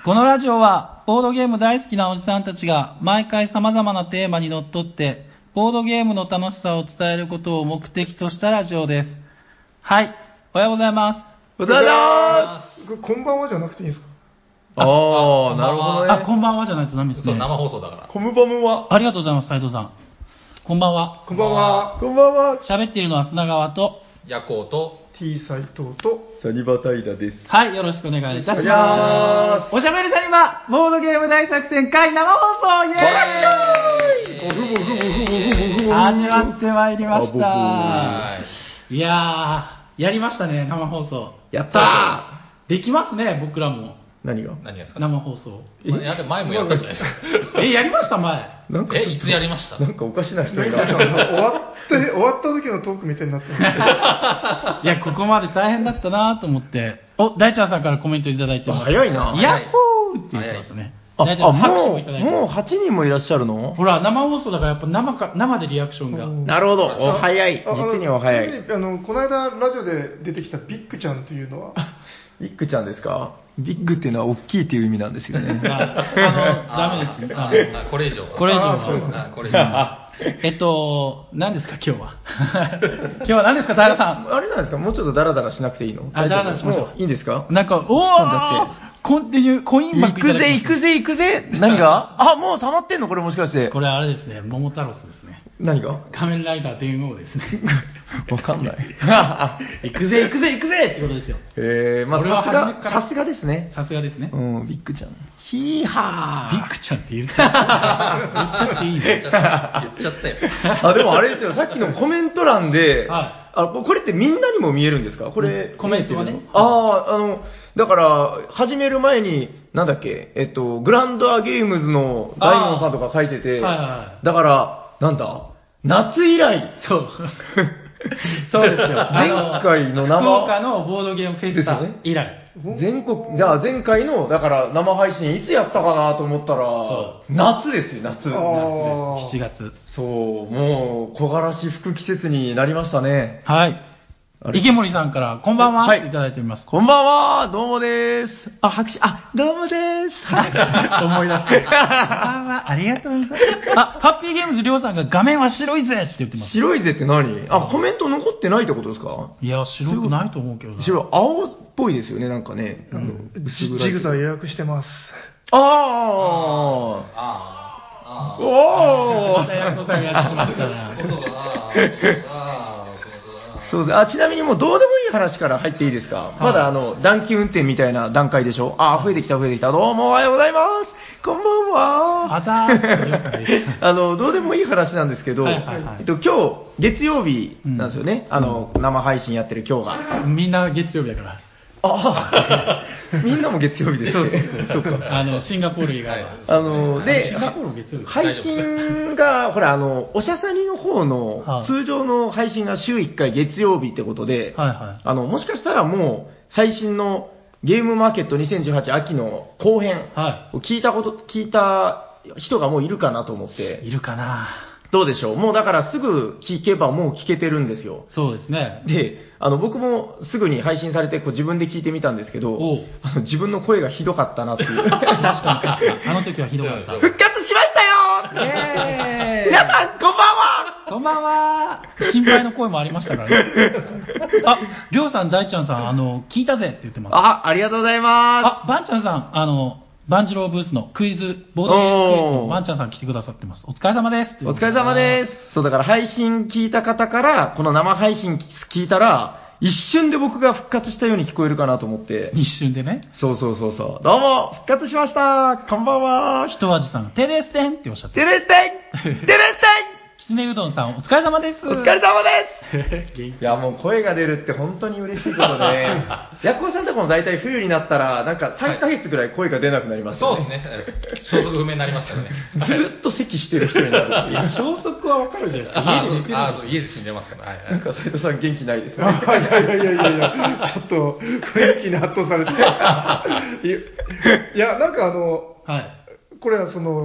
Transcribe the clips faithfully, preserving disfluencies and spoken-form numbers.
このラジオはボードゲーム大好きなおじさんたちが毎回様々なテーマにのっとってボードゲームの楽しさを伝えることを目的としたラジオです。はい、おはようございます。 おはようございます。 これこんばんはじゃなくていいんですか？ ああ、なるほどね。 あ、こんばんはじゃないとダメですね。 そう、生放送だから。 コムバムは。 ありがとうございます、斉藤さん。こんばんは。 こんばんは。 こんばんは。 喋っているのは砂川とヤコウと T 斎藤とサニバタイラです。 はい、よろしくお願いいたしお願いしま。 ますす。 おしゃべりサニバボードゲーム大作戦会生放送イエーイ。 ふむふむふむふむふむ始まってまいりましあた。 いいやー、やりましたね、生放送。 やったー。 できますね、僕らも。 何が？ 何がですか？ 生放送。 まあやる前もやったじゃないですか。 え、やりました前。 なんかちょっとえ、いつやりました？ なんかおかしな人いなんかな。 終わって終わった時のトークみたいになってます。 いや、ここまで大変だったなと思って。お、大ちゃんさんからコメントいただいてます。 早いな。 ヤッホーって言ってますね。 あ、 大ちゃんあ拍手ももいただいうてもうはちにんもいらっしゃるの？ ほら、生放送だからやっぱ生か生でリアクションが。 なるほど。お早い。 ああの実にお早い。 ちなみにあのこの間ラジオで出てきたビッグちゃんというのはビッグちゃんですか？ビッグっていうのは大きいっていう意味なんですよね。 ああの、ダメですね。 ああのあこれ以上は。 これ以上はあそうですあこれ以上は。 えっと、何ですか今日は。今日は何ですか平さん。 あれなんですか？もうちょっとダラダラしなくていいの？ あ大丈夫ダラダラしましょうもういいんですか？ なんか、お突っ込んじゃってーコンティニュー、コインバッ行クいただきましたくぜ行くぜ行くぜ何が？あ、もう溜まってんのこれもしかして。 これあれですね、桃太郎ですね。 何が？ 仮面ライダー電王ですね。 わかんない。 行くぜ行くぜ行くぜってことですよ。 えー、まあ俺はさすが、 初めからさすがですね。 さすがですね。 うん、ビッグちゃん。ヒーハー。 ビッグちゃんって言っちゃった。言っちゃっていいの？ 言っちゃった言っちゃったよ。 あ、でもあれですよ、さっきのコメント欄で、 はいあこれってみんなにも見えるんですか？これ、 うんコメントがね見えてるのああ、あの、だから、始める前に、なんだっけ、えっと、グランドアゲームズの大門さんとか書いてて、 はいはいはだから、なんだ、夏以来、 そう。そうですよ。 前回の生福岡のボードゲームフェスタですよね以来。 全国、じゃあ前回の、だから生配信いつやったかなと思ったらそ、 夏ですよ、夏。 あーしちがつ。 そう、もう、木枯らし吹く季節になりましたね。 はい。 あれ池森さんから、こんばんは、 はいいただいております。 こんばんは、どうもです。あ、拍手、あ、どうもです。 思い出した。こんばんは、ありがとうございます。あ、ハッピーゲームズりょうさんが画面は白いぜって言ってます。 白いぜって何？あ、コメント残ってないってことですか？ いや、白くないと思うけどな。 白、青っぽいですよね、なんかね。あの薄ジ暗いジグザ予約してます。 ああああ。 ーおまたヤコさんがやってしまったな。 音が、あーあーそうです。あ、ちなみにもうどうでもいい話から入っていいですか？まだあの、暖気運転みたいな段階でしょ？あ、増えてきた増えてきた。どうもおはようございます。こんばんは。 あざーす。りょうさんが言ってますあの、どうでもいい話なんですけど、 はいはいはいえっと、今日、月曜日なんですよね。 うんあの、生配信やってる今日が。 みんな月曜日だから。 あみんなも月曜日ですね。そうか。 あの、シンガポール以外は。 あの、でシンガポール月曜日配信が、ほら、あの、おしゃさにの方のはい通常の配信が週いっかい月曜日ってことで、 はいはい。 あの、もしかしたらもう、最新のゲームマーケットにせんじゅうはち秋の後編はを聞いたこと、聞いた人がもういるかなと思ってい。、いるかな？ どうでしょう？もうだからすぐ聞けばもう聞けてるんですよ。 そうですね。 で、あの、僕もすぐに配信されてこう自分で聞いてみたんですけどおう、 あの自分の声がひどかったなっていう。 確かに確かに。あの時はひどかった。 復活しましたよイエーイ皆さん、こんばんはこんばんは。心配の声もありましたからね。あ、りょうさん、大ちゃんさん、あの、聞いたぜって言ってます。 あ、ありがとうございまあ、ばんちゃんさん、あの、バンジローブースのクイズ、ボードゲームクイズのばんちゃんさん来てくださってます。お疲れ様です。 す。お疲れ様です。そう、だから配信聞いた方から、この生配信聞いたら、一瞬で僕が復活したように聞こえるかなと思って。 一瞬でね。 そうそうそうそう。どうも、復活しましたこんばんはひとあじさん、テレステンっておっしゃってテレステンテレステきつねうどんさん、お疲れ様です。 ンお疲れ様です元気いや、もう声が出るって本当に嬉しいことで、ヤコウさんとかも大体冬になったら、なんかさんかげつぐらい声が出なくなりますよね。 そうですね。消息不明になりますからね。 ずーっと咳してる人になるっていう。 消息はわかるじゃないですか。 あ家で寝てるんですあそう家で死んでますから。はいはいなんか斉藤さん元気ないですね。 いやいやいやいやいや、ちょっと雰囲気に圧倒されて。いや、いやなんかあの、 はい。 これはその、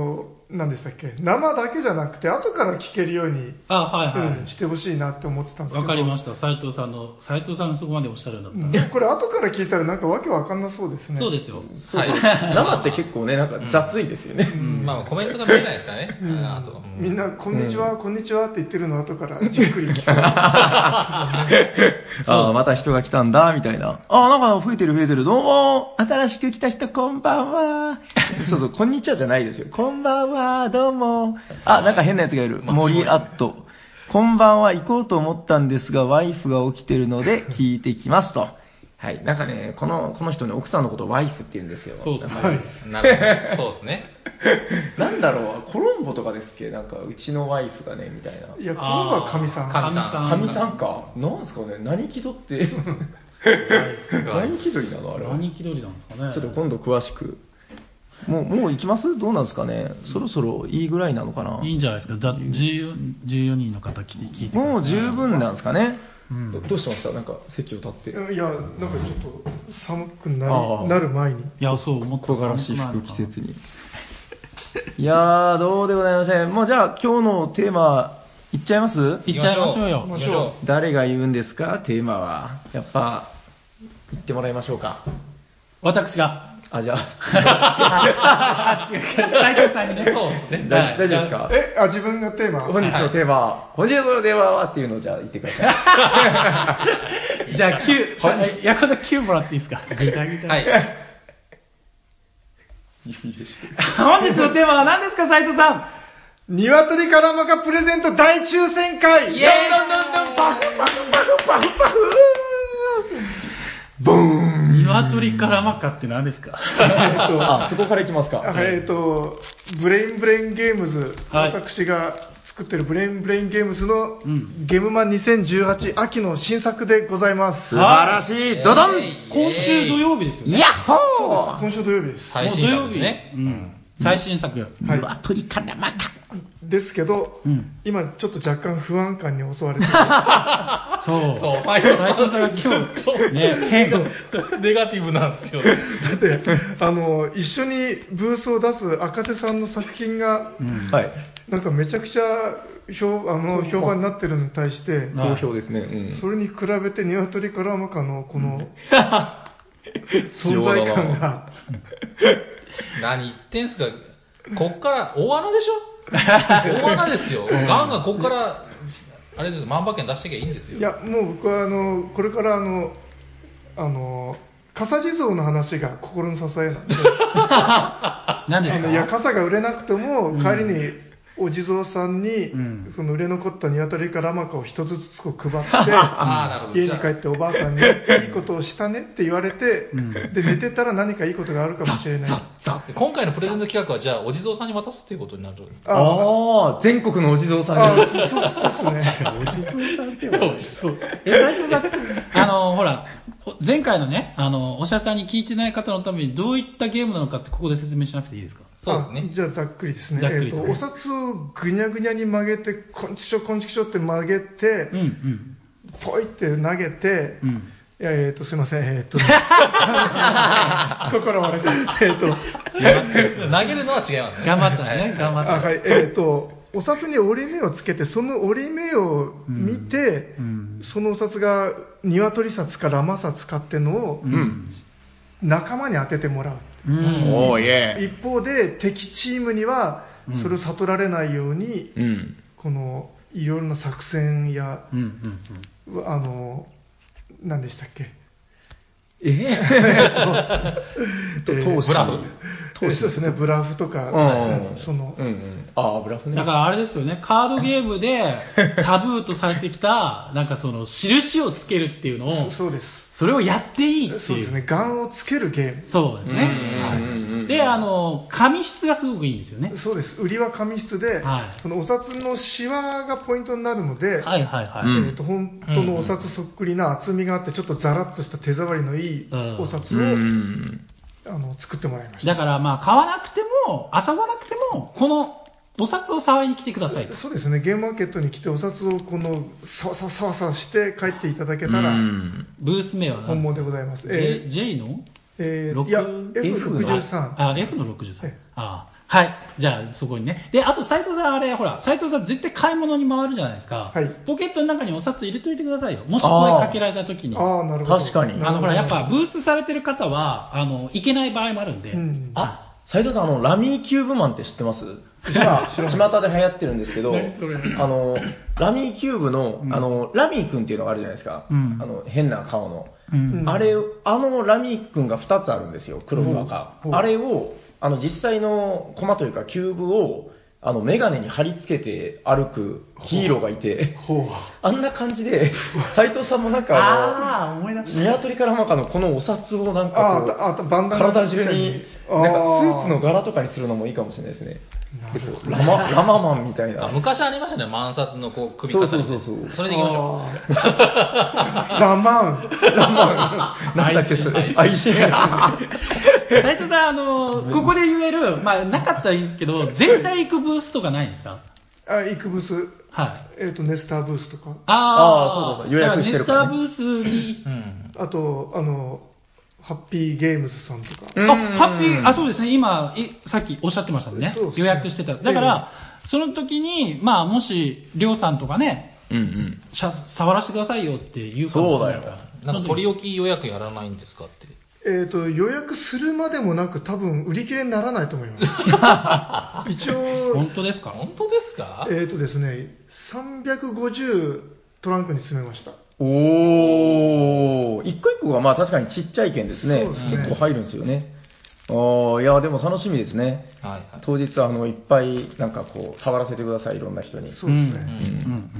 何でしたっけ、生だけじゃなくて後から聞けるように、 あ、はいはい。 うん、してほしいなって思ってたんですけど。 わかりました。斉藤さんの、斉藤さんがそこまでおっしゃるんだったら。 うん、でもこれ後から聞いたらなんかわけわかんなそうですね。 そうですよ。 そうそう。生って結構ね、なんか雑いですよね。 うん、まあコメントが見えないですからね。 うん、 あと、 うん、みんな、こんにちは、うん、こんにちはって言ってるの後からじっくり聞く。 ああ、また人が来たんだ、みたいな。ああ、なんか増えてる増えてる。どうも、新しく来た人、こんばんは。そうそう、こんにちはじゃないですよ。こんばんは、どうも。あ、なんか変なやつがいる。森アット。こんばんは、行こうと思ったんですが、ワイフが起きてるので、聞いてきますと。はい。なんかね、この、この人ね、奥さんのことをワイフって言うんですよ。 そうですね。 なるほど。そうですね。 なんだろう、コロンボとかですっけ、なんか、うちのワイフがね、みたいな。 いや、コロンボは神さん。 神さん。 神さんか。なんですかね、何気取って。何気取りなのあれは。 何気取りなんですかね。 ちょっと今度詳しく。もう、もう行きます？どうなんですかね。そろそろいいぐらいなのかな。 いいんじゃないですか。じゃあじゅうよにんの方聞いて聞いてください。 もう十分なんですかね。 うん、 ど, どうしました？なんか席を立って。 いや、なんかちょっと寒く な, なる前に。 いや、そう思った。 木枯らし吹く季節に。いやー、どうでございません。もうじゃあ今日のテーマいっちゃいます？ いっちゃいましょうよ。 行きましょう。 誰が言うんですか？テーマは。やっぱ言ってもらいましょうか。 私が。 あ、じゃあ。違う。斉藤さんにね。 そうですね。 大丈夫ですか？ え、あ、自分がテーマ。 本日のテーマ、はい、本日のテーマはっていうのをじゃあ言ってください。じゃあきゅう、ヤコザきゅうもらっていいですか？ギタギタ。 はい。 本日のテーマは何ですか、斉藤さん？ 鶏からまかプレゼント大抽選会。 イエーイ。 どんどんどんどんパフパフパフパフパフ。ボーン。 鶏からまかって何ですか？ えっと、あ、そこからいきますか。 はい、えっと、ブレインブレインゲームズ、はい、私が作ってるブレインブレインゲームズの、うん、ゲームマンにせんじゅうはち秋の新作でございます。 素晴らしい。ドドン。 今週土曜日ですよね。 ヤッホー。今週土曜日です。 最新作ですね。 うん。最新作。はい。 鶏からまか。 ですけど、うん、今ちょっと若干不安感に襲われてる。 そう。 そう、 斉藤さんが今日、ね、変。 ネガティブなんですよ。 だって、あの、一緒にブースを出す赤瀬さんの作品が、うん、はい。なんかめちゃくちゃ評、あの、評判になってるのに対して、 好評ですね。うん、 それに比べて鶏からまかのこの、うん、存在感が。 何言ってんすか。こっから大穴でしょ。大穴ですよ。ガンガンこっからあれです、万馬券出してきゃいいんですよ。 いや、もう僕はあのこれからあのあの傘地蔵の話が心の支えなんで。 何ですか？ いや、傘が売れなくても帰りにお地蔵さんに、うん、その売れ残った鶏からまかを一つずつこう配って家に帰っておばあさんにいいことをしたねって言われて、うん、で寝てたら何かいいことがあるかもしれない。 今回のプレゼント企画はじゃあお地蔵さんに渡すっていうことになる。 ああ、全国のお地蔵さんに。あそうそうですね。 お地蔵さんってお地蔵さん。え、斉藤さん、あのほら前回のね、あのおしゃさんに聞いてない方のためにどういったゲームなのかってここで説明しなくていいですか？ そうですね。 じゃあざっくりですね。 ざっくりとね、 えーと、お札をぐにゃぐにゃに曲げて、こんちしょこんちしょって曲げて、うんうん、ポイって投げて、うん、いやえーとすいません、えーと、心割れて、えーと、 投げるのは違いますね。 頑張ったね、頑張った。 あ、はい、えーと、お札に折り目をつけて、その折り目を見て、うんうん、そのお札が鶏札かラマ札かってのを、うん仲間に当ててもらう、 うん、おーイエー一方で敵チームにはそれを悟られないように、うん、このいろいろな作戦や、うんうんうん、あの何でしたっけえー、と投資ブラフそうですね、ブラフとか、 うん、 その、 うんうん、あブラフね。 だからあれですよね、カードゲームでタブーとされてきたなんかその印をつけるっていうのを、 そ, そうです。 それをやっていいっていう。 そうですね、眼をつけるゲーム。 そうですね。はい、で、あの紙質がすごくいいんですよね。 そうです。売りは紙質で、はい、そのお札のシワがポイントになるので、 はいはいはい。 えーと、本当のお札そっくりな厚みがあってちょっとザラッとした手触りのいいお札を、うんうんあの作ってもらいました。 だからまあ買わなくても遊ばなくてもこのお札を触りに来てください。 そうですね、ゲームマーケットに来てお札をこのさわさわさわさして帰っていただけたら、 ブース名は何ですか？ 本物でございます。 J, J のえー、 ろくいや エフろくじゅうさん。 あ、F のろくじゅうさん。あはい。じゃあ、そこにね。で、あと、斉藤さん、あれ、ほら、斉藤さん絶対買い物に回るじゃないですか。 はい。 ポケットの中にお札入れといてくださいよ。もし声かけられた時に。 ああ、なるほど。 確かに。 あの、ほら、やっぱ、ブースされてる方は、あの、いけない場合もあるんで。うん、 あ、斉藤さん、あの、ラミーキューブマンって知ってます？今、巷で流行ってるんですけど、あの、ラミーキューブの、あの、ラミー君っていうのがあるじゃないですか。うん、あの、変な顔の。うん、あれ、あのラミー君がふたつあるんですよ。黒と赤。うん、あれを、あの、実際のコマというか、キューブを、あの、メガネに貼り付けて歩くヒーローがいて、あんな感じで、斉藤さんもなんかあの、鶏からまかのこのお札をなんかこう、ああバンダナ体中に、なんかスーツの柄とかにするのもいいかもしれないですね。結構ラマ、ラママンみたいな。 あ、昔ありましたね、万札のこう首飾り。そうそうそうそう。それでいきましょう。 ラマン。ラマン。なんだっけそれ。愛心。 斉藤さん、あの、ここで言える、まあ、なかったらいいんですけど、全体行くブースとかないんですか？ あ、行くブース。はい。えっ、ー、と、ネスターブースとか。 ああ、そうだそう、予約してるから、 ね。ネスターブースに、 うん、あと、あの、ハッピーゲームズさんとか。 あ、ハッピー、あ、そうですね。今、さっきおっしゃってましたもんね。そうですね。予約してた。だから、えー、その時に、まあ、もし、りょうさんとかね、うんうん。触らせてくださいよっていうかそうだよ。 なんか取り置き予約やらないんですかって。 えっと、予約するまでもなく多分売り切れにならないと思います。一応。 本当ですか？ 本当ですか？ えっとですね、さんびゃくごじゅうトランクに詰めました。 おー、一個一個がまあ確かにちっちゃい券ですね。そうですね。結構入るんですよね。ああ、いや、でも楽しみですね。はいはい、当日、あの、いっぱい、なんかこう、触らせてください、いろんな人に。 そうですね。うん。うん。 うん。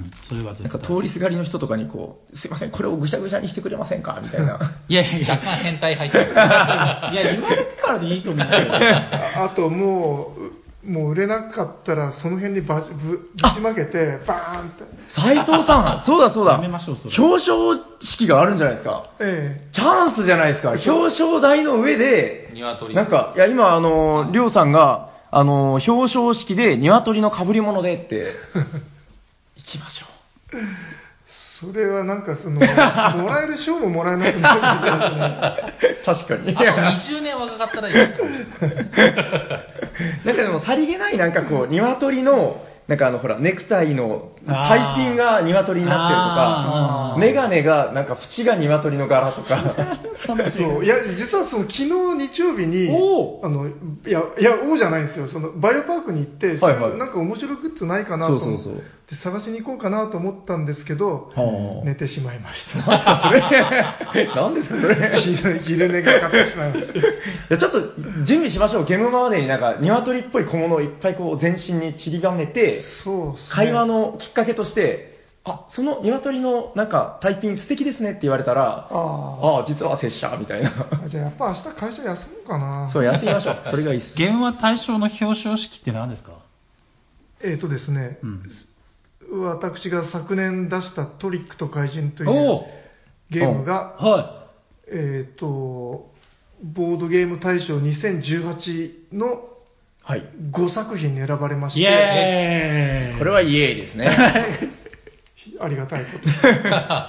それはなんか通りすがりの人とかにこう、すいません、これをぐしゃぐしゃにしてくれませんかみたいな。 いやいやいや、 若干変態入ってます。いや、 言われてからでいいと思う。 あ, あと、もう、もう売れなかったら、その辺にばぶぶちまけて、バーンって。 斉藤さん、そうだそうだ。 やめましょう、それ。 表彰式があるんじゃないですか。 ええ。 チャンスじゃないですか。表彰台の上で、 鶏。 なんか、いや、今、あの、りょうさんが、あの、表彰式で鶏の被り物でって、行きましょう。 それはなんかその、もらえる賞ももらえなくなるかもしれないですね。確かに。 あとにじゅうねん若かったらいいかもしれないですね。 なんかでもさりげないなんかこう、鶏の、なんかあのほら、ネクタイのタイピンが鶏になってるとか、メガネがなんか縁が鶏の柄とか。 そう。いや、実はその昨日日曜日に、あの、いや、いや、王じゃないんですよ。その、バイオパークに行って、はいはい、なんか面白いグッズないかなと思って、そうそうそう探しに行こうかなと思ったんですけど、寝てしまいました。 何ですかそれ何ですかそれ昼昼寝がかってしまいました。いや、ちょっと準備しましょう。ゲームまでになんか、鶏っぽい小物をいっぱいこう全身に散りばめて、そうですね、会話のきっかけとして、あ、その鶏のなんかタイピン素敵ですねって言われたら、ああ、実は拙者みたいな。 じゃあやっぱ明日会社休むかな。 そう、休みましょう。それがいいです。 ゲームは大賞の表彰式って何ですか？ えーとですね、うん、私が昨年出したトリックと怪人というゲームが、はい、えーと、ボードゲーム大賞にせんじゅうはちのごさく品に選ばれまして、イエーイ、これはイエーイですね。 ありがたいこと。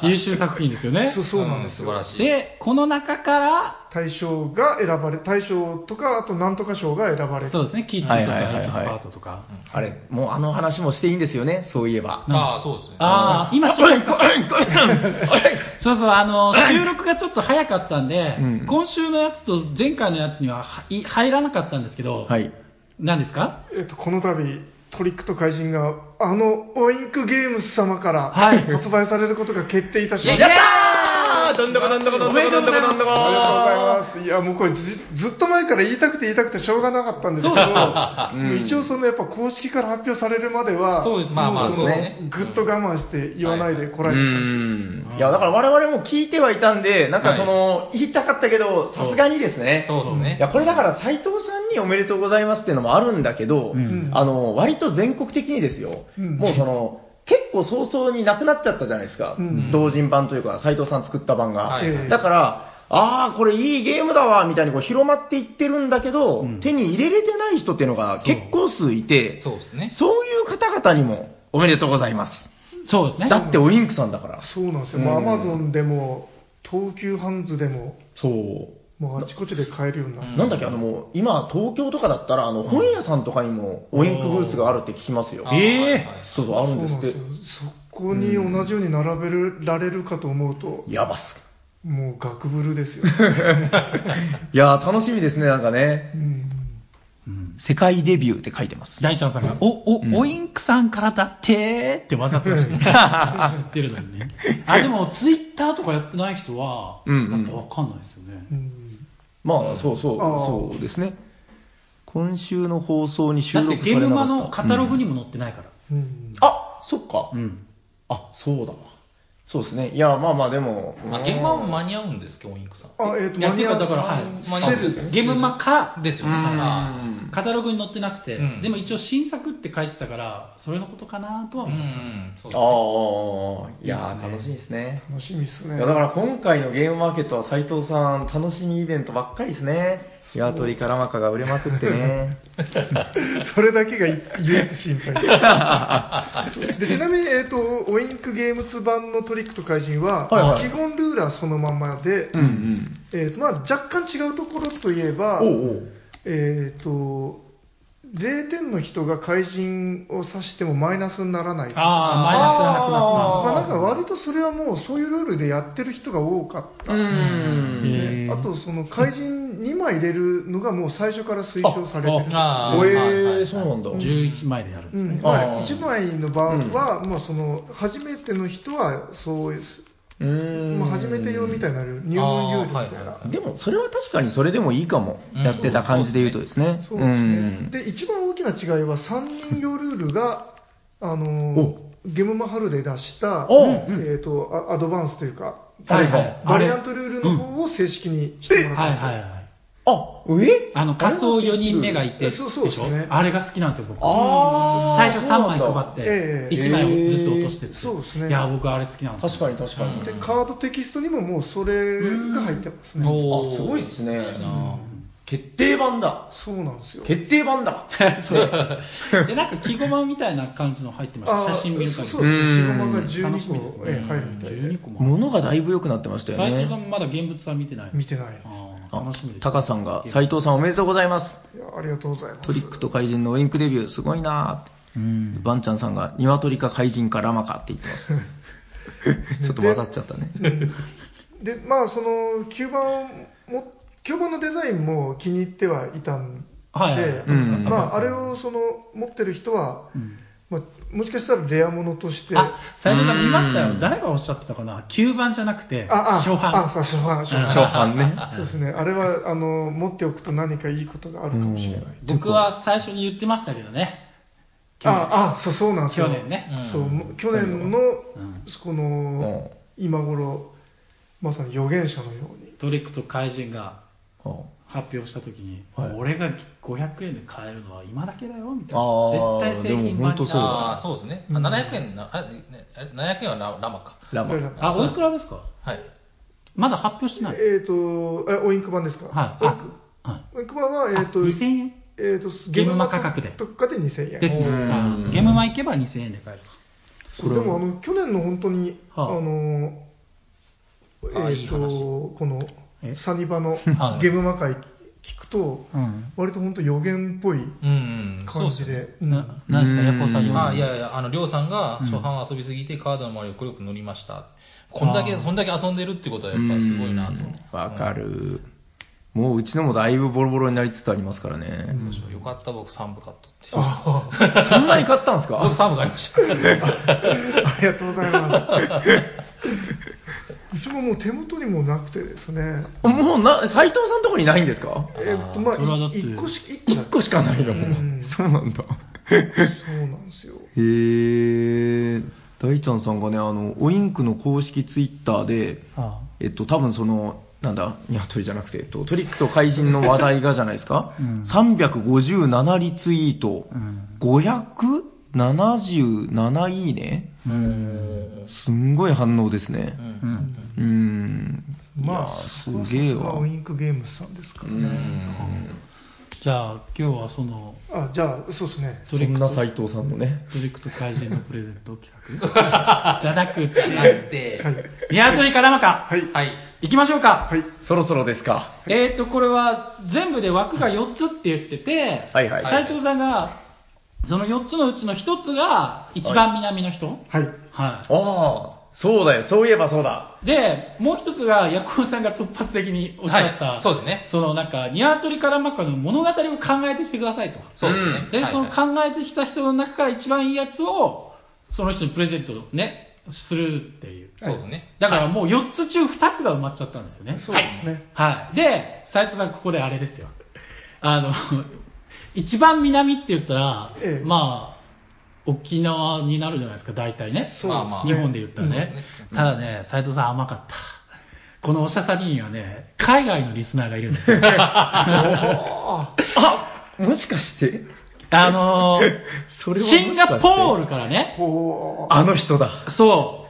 優秀作品ですよね。 そう、そうなんですよ。 素晴らしい。 で、この中から大賞が選ばれ、大賞とか、あとなんとか賞が選ばれる。 そうですね、キッズとかエキスパートとか。 あれ、もうあの話もしていいんですよね、そういえば。 ああ、そうですね。 ああ、今、そうそう、あの、収録がちょっと早かったんで、うん、今週のやつと前回のやつには入らなかったんですけど、はい。何ですか？ えっと、この度、トリックと怪人があのオインクゲームス様から発売されることが決定いたしました。 やったー！どんどこどんどこどんどこどんどこどんどこ。 ありがとうございます。いやもうこれ ず, ずっと前から言いたくて言いたくてしょうがなかったんですけど、うん、一応そのやっぱ公式から発表されるまでは、 そうです、まあまあそうね。 ぐっと我慢して言わないでこらえてきました。いやだから我々も聞いてはいたんで、なんかその、はい、言いたかったけどさすがにですね。 そうですね。 いやこれだから斉藤さんにおめでとうございますっていうのもあるんだけど、うん、あの割と全国的にですよ。うん、もうその。結構早々になくなっちゃったじゃないですか、うん、同人版というか斉藤さん作った版が、はいはい、だからああこれいいゲームだわみたいにこう広まっていってるんだけど、うん、手に入れれてない人っていうのが結構数いて、 そう、そうですね、 そういう方々にもおめでとうございます。 そうですね。 だってオインクさんだから。 そうなんですよ。アマゾンでも東急ハンズでもそうもうあちこちで買えるようになって。 なんだっけ、あのもう、今、東京とかだったら、あの、本屋さんとかにも、オインクブースがあるって聞きますよ。 ええそうそう、あるんですって。 そこに同じように並べられるかと思うと。 やばっす。 もう、ガクブルですよ。 いやー、楽しみですね、なんかね。 うんうん、世界デビューって書いてます。 大ちゃんさんが、お、お、うん、オインクさんからだってーってわざとらしく知ってるのにね。あ、でも、ツイッターとかやってない人は、やっぱわかんないですよね。 うんうん、まあ、そうそう、そうですね。今週の放送に収録されなかった。 だってゲームマのカタログにも載ってないから。 うんうん、あ、そっか。うん、あ、そうだわ。そうですね。いや、まあまあでも。 あ、ゲームマ間に合うんですけど、オインクさん。 あ、えっ、ー、と、間に合う。 だから、はい。 間に合うんですゲームマか、 ですよね。 カタログに載ってなくて、うん、でも一応新作って書いてたから、それのことかなとは思ってた。 うん、ああ、いやー、楽しみですね。 楽しみですね。 いや、だから今回のゲームマーケットは斉藤さん、楽しみイベントばっかりですね。ニワトリカラマカが売れまくってね。 それだけが唯一心配で。でちなみに、えーと、オインクゲームス版のトリックと怪人は、はいはい、基本ルールはそのままで、うんうん、えーとまあ、若干違うところといえば、おうおう、えーと、れいてんの人が怪人を指してもマイナスにならない。 ああ、マイナスがなくなった。 まあ、なんか割とそれはもうそういうルールでやってる人が多かった。うん、あと、その怪人にまい入れるのがもう最初から推奨されてる。 ああ、えー、そうなんだ。 じゅういちまいでやるんですね。 うん、まあ、いちまいの場は、うん、まあ、その初めての人はそうです。うーん、まあ、初めて用みたいな入門有料みたいな、はいはい、 でもそれは確かにそれでもいいかも、うん、やってた感じで言うとですね。 そうですね。で、一番大きな違いはさんにん用ルールがあのゲームマハルで出した、えー、とアドバンスというか、はいはい、バリアントルールの方を正式にしてもらったんですよ。はいはいはい、 あ、上あの仮想よにんめがいて、 そうそうですね。 あれが好きなんですよ、僕。あ最初さんまい配って、いちまいずつ落としてって。 そうですね。 いや、僕あれ好きなんですよ。確かに確かに。 で、カードテキストにももうそれが入ってますね。 あ、すごいっすね。決定版だ。 そうなんですよ。 決定版だ。 で、なんか、木駒みたいな感じの入ってました。写真見る限り。 そうですね。木駒がじゅうにこ入るみたいで。 物がだいぶ良くなってましたよね。 斉藤さんまだ現物は見てない。 見てない。 楽しみです。 タカさんが、斉藤さんおめでとうございます。 いや、ありがとうございます。 トリックと怪人のウインクデビュー、すごいなーって。バンちゃんさんが、ニワトリか怪人かラマかって言ってます。ちょっと混ざっちゃったね。 で、でまあ、その、きゅうばんも、きゅうばんのデザインも気に入ってはいたんで、はいはいはい、まあ、あれをその持ってる人は、うんまあ、もしかしたらレアものとして。 あ、斉藤さん見ましたよ。誰がおっしゃってたかな。きゅうばんじゃなくて、初版。 あ、そう、初版、初版。 初版ね。 そうですね。あれは、あの、持っておくと何かいいことがあるかもしれない。 僕は最初に言ってましたけどね。 あ、あ、そう、そうなんですよ。 去年ね。 そう、去年の、この、今頃、まさに預言者のように。 トリックと怪人が発表したときに、はい、俺がごひゃくえんで買えるのは今だけだよみたいな。絶対製品版になる。 ああ、そうですね。うん、ななひゃくえんな、あ、ななひゃくえんはララマか。 ラマ。 あ、おいくらですか？ はい。 まだ発表してない。 えっ、ー、と、え、オインク版ですか？ はい。 オインク、はい、オインク版は、えっ、ー、と、 にせんえん？ えっ、ー、と、 ゲームマ価格で。 とかでにせんえん。 ですね。ゲームマ行けばにせんえんで買える。 そう、でも、あの、去年の本当に、はあ、あの、えっ、ー、と、この、サニバのゲームマ会聞くと、うん、割と本当予言っぽい感じで。 何ですか、ヤコウさん。 あ、いやいや、あの、りょうさんが初版遊びすぎてカードの周りをくるくる乗りました。こんだけ、そんだけ遊んでるってことはやっぱすごいなと。 わかる。もううちのもだいぶボロボロになりつつありますからね。 そうそう、よかった僕さんぶ買っとって。 あそんなに買ったんですか？ 僕さんぶ買いました。 ありがとうございます。うちももう手元にもなくてですね。 もうな、斉藤さんのところにないんですか？ えー、っと、まあ、いっこし、 いっこしかないの。うん、そうなんだ。 そうなんですよ。 へー。大ちゃんさんがね、あの、オインクの公式ツイッターで、ああえっと、多分その、なんだ、ニワトリじゃなくて、えっと、トリックと怪人の話題がじゃないですか、うん、さんびゃくごじゅうななリツイート、うん、ごひゃくななじゅうなないいね、うん、すんごい反応ですね。うん。うん、 まあ、すげえわ。オインクゲームズさんですからね。うん、 じゃあ、今日はその、 あ、じゃあ、そうですね。 そんな斉藤さんのね。 トリックと怪人のプレゼント企画じゃなくて、はい。ニワトリかラマか。 はい。 はい。 行きましょうか。 はい。 そろそろですか。 えーと、これは全部で枠がよっつって言ってて、 はいはい。 斉藤さんが、そのよっつのうちのひとつが一番南の人。 はい。 はい。 ああ、そうだよ。そういえばそうだ。 で、もう一つが、ヤコウさんが突発的におっしゃった、 はい、そうですね。 そのなんか、ニワトリからマカの物語を考えてきてくださいと。 そうですね。 で、 はいはい、 その考えてきた人の中から一番いいやつを、その人にプレゼントね、するっていう。 そうですね。 だからもうよっつ中ふたつが埋まっちゃったんですよね。 そうですね。 はい。はい、で、斉藤さんここであれですよ。あの、一番南って言ったら、ええ、まあ、沖縄になるじゃないですか、大体ね。 そうまあまあ、 日本で言ったらね。うん、ただね、斉藤さん甘かった。このおしゃさりにはね、海外のリスナーがいるんですよ。 あ、もしかしてあのー、それはシンガポールからね、 あの人だ。 そう、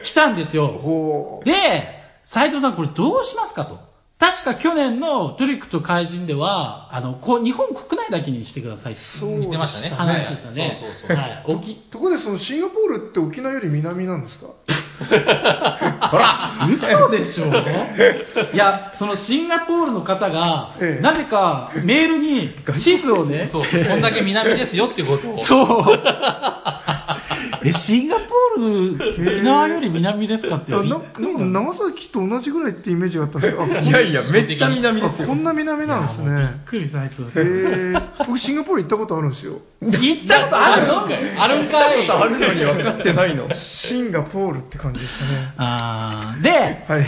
来たんですよ。で、斉藤さんこれどうしますかと。確か去年のトリックと怪人では、あの、こう日本国内だけにしてくださいって言ってましたね。 話でしたね。 そうそうそう。はい。 と、ところでそのシンガポールって沖縄より南なんですか？ ほら、嘘でしょ。いや、そのシンガポールの方が、ええ、なぜかメールに地図をね、 そう、こんだけ南ですよっていうことを。 そう。え、シンガポール、沖縄より南ですかって。 なんか長崎と同じぐらいってイメージがあったんですけど、 いやいや、めっちゃ南ですよ。 こんな南なんですね。 びっくり斉藤さん。 へー、僕シンガポール行ったことあるんですよ。 行ったことあるの？ あるんかい。 あるのに分かってないの。 シンガポールって感じでしたね。 あー、で、 はい、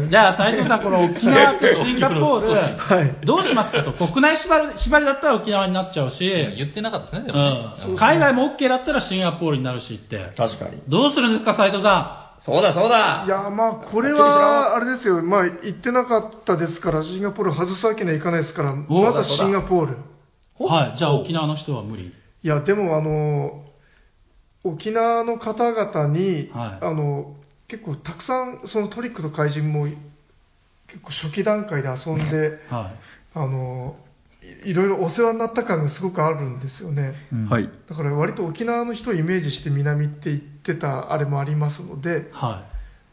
じゃあ斉藤さん、この沖縄とシンガポール、 はい、 どうしますかと。国内縛り、縛りだったら沖縄になっちゃうし、 言ってなかったですね、でもね、 うん、海外も OK だったらシンガポールになるしって。 確かに。 どうするんですか、斉藤さん。そうだそうだ。 いや、まあ、これは、あれですよ。まあ、行ってなかったですから、シンガポール外すわけにはいかないですから、まずはシンガポール。 はい、じゃあ沖縄の人は無理。 いや、でも、あの、沖縄の方々に、はい、あの、結構たくさん、そのトリックと怪人も、結構初期段階で遊んで、はい、あの、いろいろお世話になった感がすごくあるんですよね。 はい。 だから割と沖縄の人をイメージして南って言ってたあれもありますので、 はい、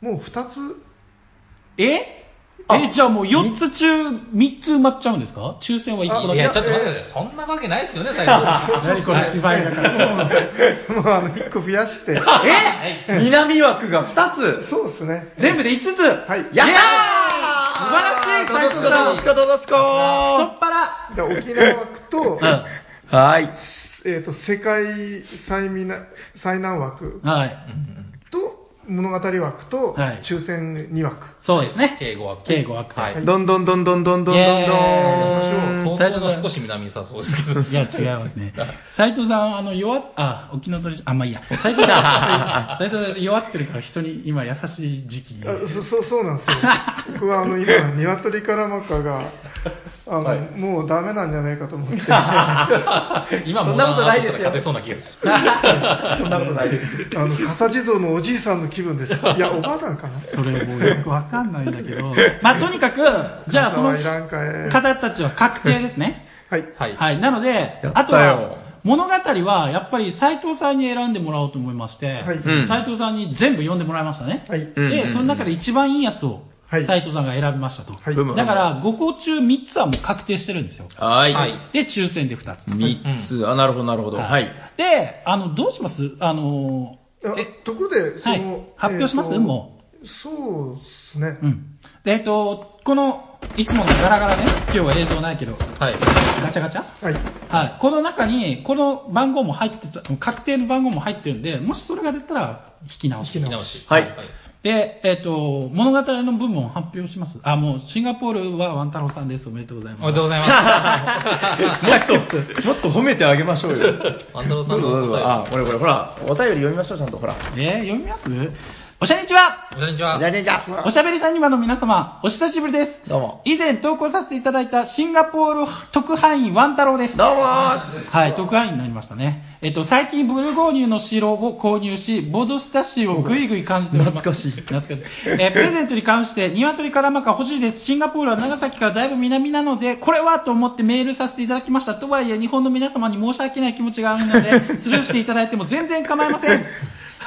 もうふたつ。 ええ、じゃあもうよっつ中みっつ埋まっちゃうんですか？抽選はいっこだけ。 いや、ちょっと待ってください。そんなわけないですよね、最後。 何これ芝居だから。 もう、もうあのいっこ増やして。 え南枠がふたつ。 そうですね。 全部でいつつ。 はい。 やったー！素晴らしい斉藤さん。 どうですかどうですか。 太っ腹。 じゃあ沖縄枠と、うん、 はい。 えっと、世界最南、最南枠。 はい。 と、物語枠と抽選に枠、はい、 そうですね。 計ご枠。 計ご枠。 はい。どんどんどんどんどんどんどんどん。 東京が少し南にさそうですけど。 いや、違いますね。斉藤さん、あの、弱っ、あ、沖縄鳥、あ、まあいいや。斉藤さん、斉藤さん弱ってるから人に今優しい時期。 あそ、そう、そうなんですよ。僕はあの、今、鶏からマカが、あの、はい、もうダメなんじゃないかと思って。 今もなことしたら勝てそうな気がする。 そんなことないです。 あの、笠地蔵のおじいさんの気分です。いや、おばあさんかな。 それもうよくわかんないんだけど。まあ、とにかく、じゃあその方たちは確定ですね。 はい。 はい。はい。なので、あとは、物語はやっぱり斉藤さんに選んでもらおうと思いまして、はい、斉藤さんに全部読んでもらいましたね。はい。で、その中で一番いいやつを、斉藤さんが選びましたと。はい。だから、ごこ中みっつはもう確定してるんですよ。 はい。 で、抽選でふたつ。 みっつ。あ、なるほど、なるほど。はい。 で、あの、どうしますあの、 え、ところで、その、はい、 発表します、えー、もう。そうですね。 うん。で、えっと、この、いつものガラガラね、今日は映像ないけど、はい。ガチャガチャはい。はい。この中に、この番号も入って、確定の番号も入ってるんで、もしそれが出たら、引き直し。 引き直し。 はい。はいで、えっ、ー、と、物語の部分を発表します。あ、もう、シンガポールはワン太郎さんです。おめでとうございます。 おめでとうございます。 もっと、もっと褒めてあげましょうよ。 ワン太郎さんのお便り。 あ、これこれ、ほら、お便り読みましょう、ちゃんと、ほら。 えー、読みますおしゃにちは。 おしゃにちは。 おしゃにちは。 おしゃべりさんにばの皆様、お久しぶりです。 どうも。 以前投稿させていただいたシンガポール特派員ワン太郎です。 どうもー。 はい、特派員になりましたね。えっと、最近ブルゴーニュの城を購入し、ボドスタシーをぐいぐい感じております。 懐かしい。 懐かしい。えー、プレゼントに関して、鶏からまか欲しいです。シンガポールは長崎からだいぶ南なので、これはと思ってメールさせていただきました。とはいえ、日本の皆様に申し訳ない気持ちがあるので、スルーしていただいても全然構いません。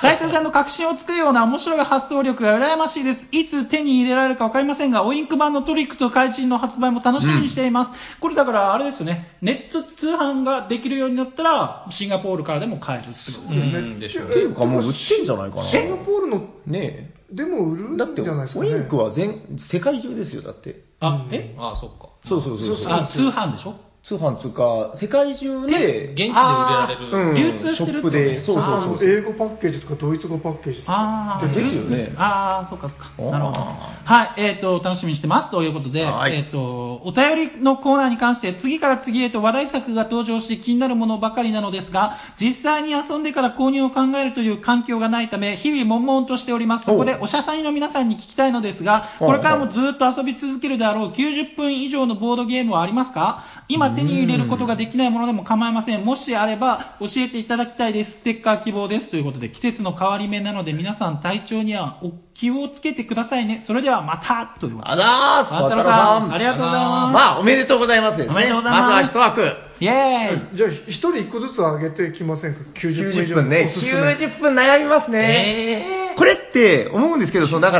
斉藤さんの確信をつくような面白い発想力が羨ましいです。いつ手に入れられるか分かりませんが、オインク版のトリックと怪人の発売も楽しみにしています。うん、これだからあれですよね、ネット通販ができるようになったら、シンガポールからでも買えるってことですね。 そうですね。でしょう。っていうかもう売ってんじゃないかな。 シンガポールのねでも売るんじゃないですかね。 だってオインクは全世界中ですよ、だって。 あ、え？ あ、そっか。 そうそうそうそう。 あ、通販でしょ？ 通販つうか、世界中で、 現地で売られる、 うん、 流通してる、 ショップで、そうそうそう。 英語パッケージとかドイツ語パッケージとか。 ああ、 ですよね。 ああ、そうかそうか。なるほど。はい、えっ、ー、と、楽しみにしてます。ということで、えっ、ー、と、お便りのコーナーに関して、次から次へと話題作が登場して気になるものばかりなのですが、実際に遊んでから購入を考えるという環境がないため、日々悶々としております。そこで、おしゃさんの皆さんに聞きたいのですが、これからもずっと遊び続けるであろうきゅうじゅっぷん以上のボードゲームはありますか？今手に入れることができないものでも構いません。もしあれば教えていただきたいです。ステッカー希望です。ということで、季節の変わり目なので皆さん体調にはお気をつけてくださいね。それではまたということで。 あざーす。 渡良さん、ありがとうございます。 まあ、おめでとうございますですね。 おめでとうございます。 まずは一枠。 イェーイ。 じゃあ、一人一個ずつ上げてきませんか？きゅうじゅっぷん以上きゅうじゅっぷんね。きゅうじゅっぷん悩みますね。えー、これって思うんですけど、そのだから、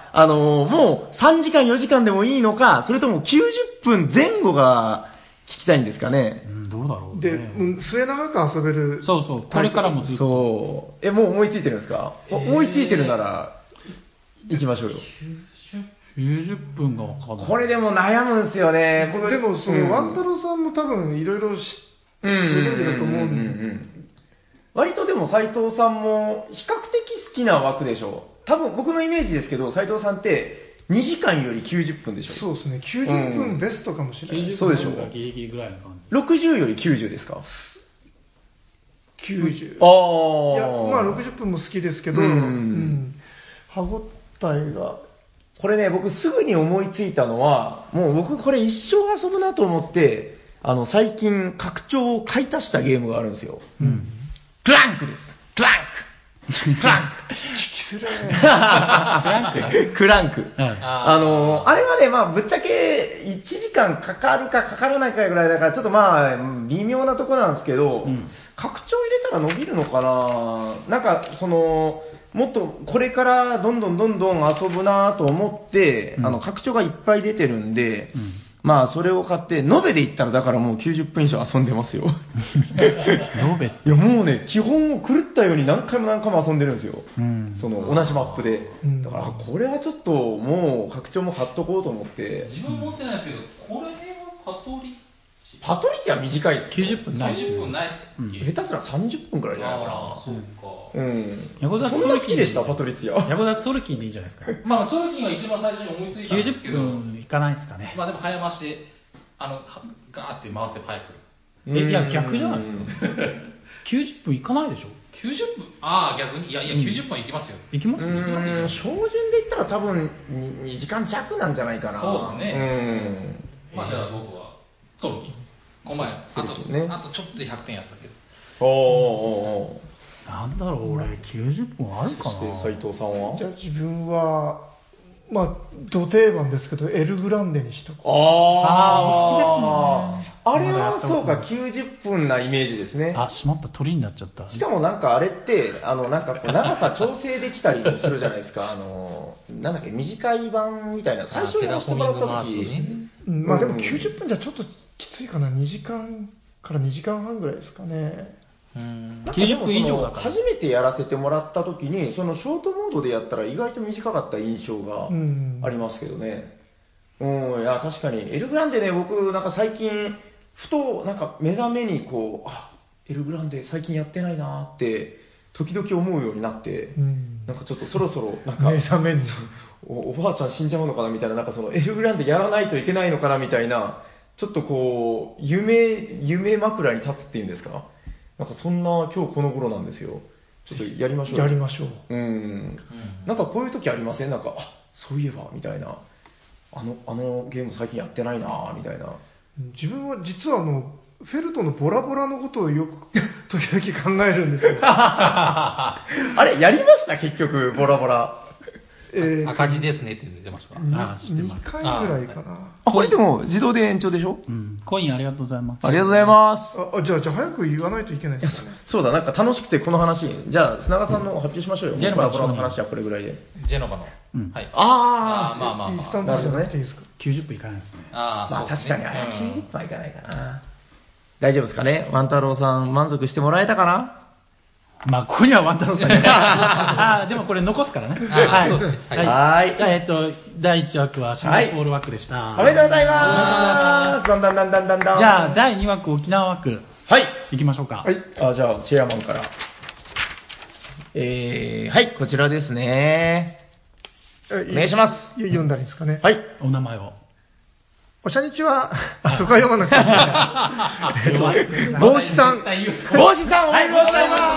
あのー、もうさんじかんよじかんでもいいのか、それともきゅうじゅっぷんぜん後が聞きたいんですかね。 うん、どうだろう、ね。 で、うん、末永く遊べる。 そうそう、これからもずっと。 そう。え、もう思いついてるんですか？えー、思いついてるなら、行きましょうよ。 きゅうじゅっぷんが分かんない。 これでも悩むんですよね。 僕でも、その、ワンタロウさんも多分いろいろご存知だと思うんで。 割とでも斉藤さんも比較的好きな枠でしょう。多分僕のイメージですけど、斉藤さんってにじかんよりきゅうじゅっぷんでしょ。 そうですね。きゅうじゅっぷんベストかもしれない。うん、 そうでしょう。 ギリギリぐらいの感じ。 ろくじゅうよりきゅうじゅうですか？ きゅうじゅう。 ああ。 いや、まあろくじゅっぷんも好きですけど、うん、うん、歯応えが。 これね、僕すぐに思いついたのは、もう僕これ一生遊ぶなと思って、あの最近拡張を買い足したゲームがあるんですよ。うん。クランクです。クランク。クランク。 聞きするね。 クランク。クランク。うん、あのあれはね、まあぶっちゃけいちじかんかかるかかからないかぐらいだからちょっとまあ微妙なとこなんですけど、うん、拡張入れたら伸びるのかな。なんかその。もっとこれからどんどんどんどん遊ぶなと思って、うん、あの拡張がいっぱい出てるんで、うん、まあそれを買って延べで言ったらだからもうきゅうじゅっぷん以上遊んでますよ。 延べいやもうね基本を狂ったように何回も何回も遊んでるんですよ、うん、その同じマップで、だからこれはちょっともう拡張も買っとこうと思って。 自分持ってないですけど、これはパトリパトリッチは短いっすよ。 きゅうじゅっぷんないきゅうじゅっぷんないっすっけ、 うん、下手すらさんじゅっぷんくらいじゃないかな。 ああ、そうか。 うん。 ヤコザそんな好きでしたパトリッチア。 ヤコザツォルキンでいいんじゃないですか。 まあツォルキンが一番最初に思いついたんですけど。 きゅうじゅっぷんいかないですかね。 まあでも早回しで、あの、ガーって回せば早く来る。え、いや逆じゃないですか。きゅうじゅっぷんいかないでしょ。 きゅうじゅっぷんああ、逆に。いやいや、きゅうじゅっぷんいきますよ。 いきますね。いきますよ。標準で言ったら多分にじかん弱なんじゃないかな。 そうですね。うん。まあじゃあ僕は、ツォルキン。この前、あと、ね、あとちょっとでひゃくてんやったけど。 おーおーおー。なんだろう、俺、きゅうじゅっぷんあるかな。 そして斉藤さんは？ じゃあ自分は、まあ、ど定番ですけど、エルグランデにしとこう。 ああー、お好きですもんね。 あれはそうか、きゅうじゅっぷんなイメージですね。 あ、しまった、鳥になっちゃった。 しかもなんかあれって、あの、なんかこう長さ調整できたりするじゃないですか。あの、なんだっけ、短い版みたいな。最初に押してもらった時、 ね、うん、まあでもきゅうじゅっぷんじゃちょっときついかな。にじかんからにじかんはんぐらいですかね。 うん、きゅうじゅっぷん以上だから。初めてやらせてもらった時に、そのショートモードでやったら意外と短かった印象がありますけどね。うん、うん、いや、確かに。エルグランデね、僕、なんか最近、ふと、なんか目覚めにこう、あ、エルグランデ最近やってないなって、時々思うようになって、うん、なんかちょっとそろそろ、なんか、 目覚めにお、おばあちゃん死んじゃうのかなみたいな、なんかそのエルグランデやらないといけないのかなみたいな、ちょっとこう、夢、夢枕に立つっていうんですか？なんかそんな今日この頃なんですよ。ちょっとやりましょう。 やりましょう。 うん。うん、なんかこういう時ありません？なんか、あ、そういえば、みたいな。あの、あのゲーム最近やってないなみたいな。 自分は実はあの、フェルトのボラボラのことをよく時々考えるんですよ。 あれ、やりました結局、ボラボラ。 ええー、 赤字ですねって出てましたか。 あ、知ってます。にかいぐらいかな。 あ、これでも自動で延長でしょ？ うん。コインありがとうございます。 ありがとうございます。 あ、じゃあ、じゃあ早く言わないといけないですね。 そうだ、なんか楽しくてこの話。じゃあ、砂川さんの発表しましょうよ。 ジェノバのコラボラの話はこれぐらいで。 ジェノバの。 うん、 はい。 ああ、まあまあ、まあ。 インスタントじゃなくていいですか？ きゅうじゅっぷんいかないですね。 ああ、 まあ、 そうですね。 確かに、あ、きゅうじゅっぷんはいかないかな。大丈夫ですかね？ワン太郎さん、満足してもらえたかな？ まあ、ここにはワン太郎さんに。ああ、でもこれ残すからね。 はい。そうですね。 はい。 えっと、だいいち枠はシンガポール枠でした。 おめでとうございます。だんだんだんだんだんだん。 じゃあ、だいに枠、沖縄枠。 はい。 行きましょうか。 はい。 あ、じゃあ、チェアマンから。えー、はい、こちらですね。お願いします。 読んだらいいですかね。 はい。 お名前を。 おしゃにちは、あ、そこは読まなくていいですね。帽子さん。 帽子さん、おめでとうございます。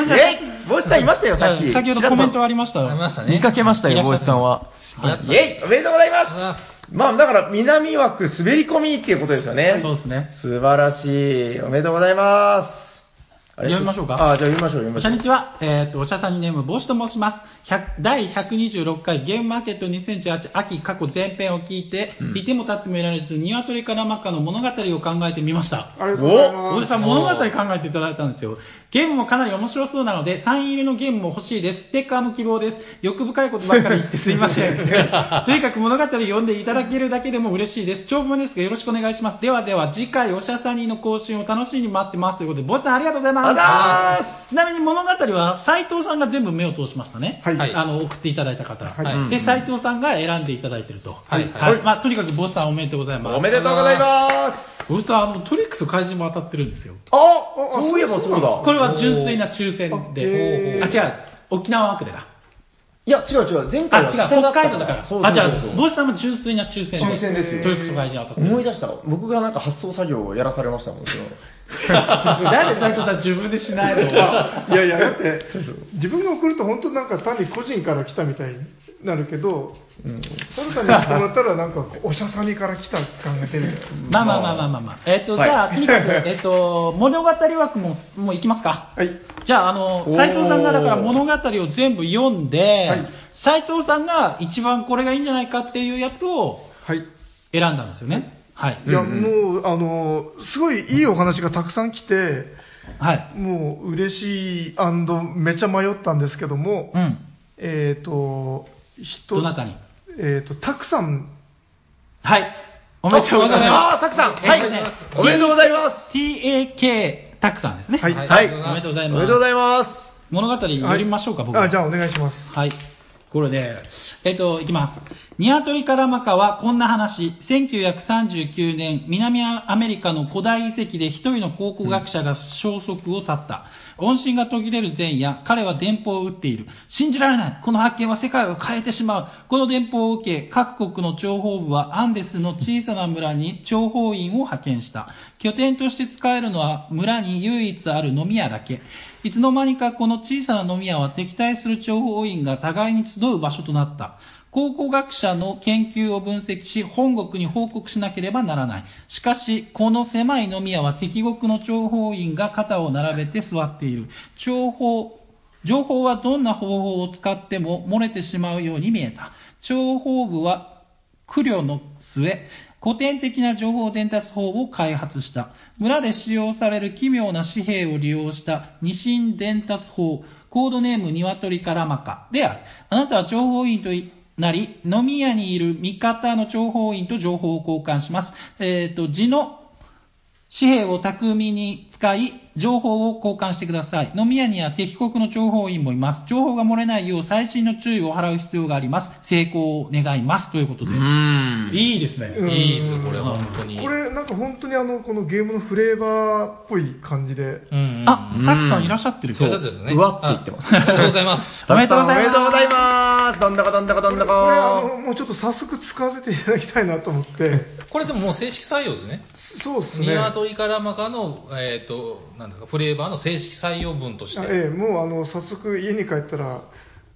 え帽子さんいましたよ、さっき。 先ほどコメントありましたよ。 ありましたね。 見かけましたよ、帽子さんは。イェイおめでとうございます。まあ、だから、南枠滑り込みっていうことですよね。 そうですね。 素晴らしい。おめでとうございます。 読みましょうか。 あ、じゃあ読みましょう、読みましょう。 こんにちは。えっ、ー、と、おしゃさんにネーム、帽子と申します。だいひゃくにじゅうろっかいゲームマーケットにせんじゅうはち秋過去前編を聞いて、うん、いても立ってもいられず、鶏からマッカの物語を考えてみました。 ありがとうございます。 おじさん、物語考えていただいたんですよ。ゲームもかなり面白そうなので、サイン入りのゲームも欲しいです。ステッカーも希望です。欲深いことばっかり言ってすいません。とにかく物語を読んでいただけるだけでも嬉しいです。長文ですがよろしくお願いします。ではでは、次回おしゃさにの更新を楽しみに待ってますということで、ボスさんありがとうございます。 ありがとうございます。 ちなみに物語は斉藤さんが全部目を通しましたね。 はい。 あの、送っていただいた方。 はい。 で、斉藤さんが選んでいただいていると。 はい。 はい。まあ、とにかくボスさんおめでとうございます。 おめでとうございます。 ボスさん、あの、トリックと怪人も当たってるんですよ。 ああ、そういえばそうだ。 これは純粋な抽選で。あ、違う。沖縄枠でだ。 いや、違う違う。前回は北海道だから。あ、違う。 そうそうそうじゃあ、ボスさんも純粋な抽選で。 抽選ですよ。 トリックと怪人当たってる。 思い出した。僕がなんか発送作業をやらされましたもん、その。 なんで斉藤さん自分でしないの？いやいや、だって、自分が送ると本当なんか単に個人から来たみたいになるけど、うん、サルタに来てもらったらなんかおしゃさにから来た感が出るじゃないですか。 まあまあまあまあまあまあ。えっ、ー、と、はい、じゃあ、とにかく、えっ、ー、と、物語枠も、もう行きますか。 はい。 じゃあ、あの、斉藤さんがだから物語を全部読んで、はい、斉藤さんが一番これがいいんじゃないかっていうやつを、選んだんですよね。はい。 いや、もう、あの、すごいいいお話がたくさん来て、 はい。 もう嬉しい&めちゃ迷ったんですけども、 うん。 えっ、ー、と、人、 どなたにえっ、ー、と、たくさん。 はい。おめでとうございます。 ああ、たくさん。はい。おめでとうございます。 ティーエーケー たくさんですね。 はい。 はい。おめでとうございます。 おめでとうございます。 物語読みましょうか、 はい、 僕は。 あ、じゃあお願いします。 はい。これで、えっと、いきます。ニワトリからマカはこんな話。せんきゅうひゃくさんじゅうきゅうねん、南アメリカの古代遺跡で一人の考古学者が消息を絶った。音信が途切れる前夜、彼は電報を打っている。信じられない。この発見は世界を変えてしまう。この電報を受け、各国の諜報部はアンデスの小さな村に諜報員を派遣した。拠点として使えるのは村に唯一ある飲み屋だけ。いつの間にかこの小さな飲み屋は敵対する諜報員が互いに集う場所となった。考古学者の研究を分析し、本国に報告しなければならない。しかし、この狭い飲み屋は敵国の諜報員が肩を並べて座っている。諜報、情報はどんな方法を使っても漏れてしまうように見えた。諜報部は苦慮の末、古典的な情報伝達法を開発した。村で使用される奇妙な紙幣を利用した二進伝達法、コードネーム鶏からマカである。あなたは情報員となり、飲み屋にいる味方の諜報員と情報を交換します。えっと、字の紙幣を巧みに使い、情報を交換してください。飲み屋には敵国の諜報員もいます。情報が漏れないよう細心の注意を払う必要があります。成功を願います。ということで。うーんいいですね。 いいです、これ、本当に。 これ、なんか本当にあの、このゲームのフレーバーっぽい感じで。 うんうん、あ、たくさんいらっしゃってる。 そう、ですね。 うわって言ってます。 ありがとうございます。 おめでとうございます。 おめでとうございます。どんだかどんだかどんだか。 これ、あの、もうちょっと早速使わせていただきたいなと思って。 これでももう正式採用ですね。 そうですね。 鶏からマカの、えっと、なんですか、フレーバーの正式採用文として。 ええ、もうあの、早速家に帰ったら、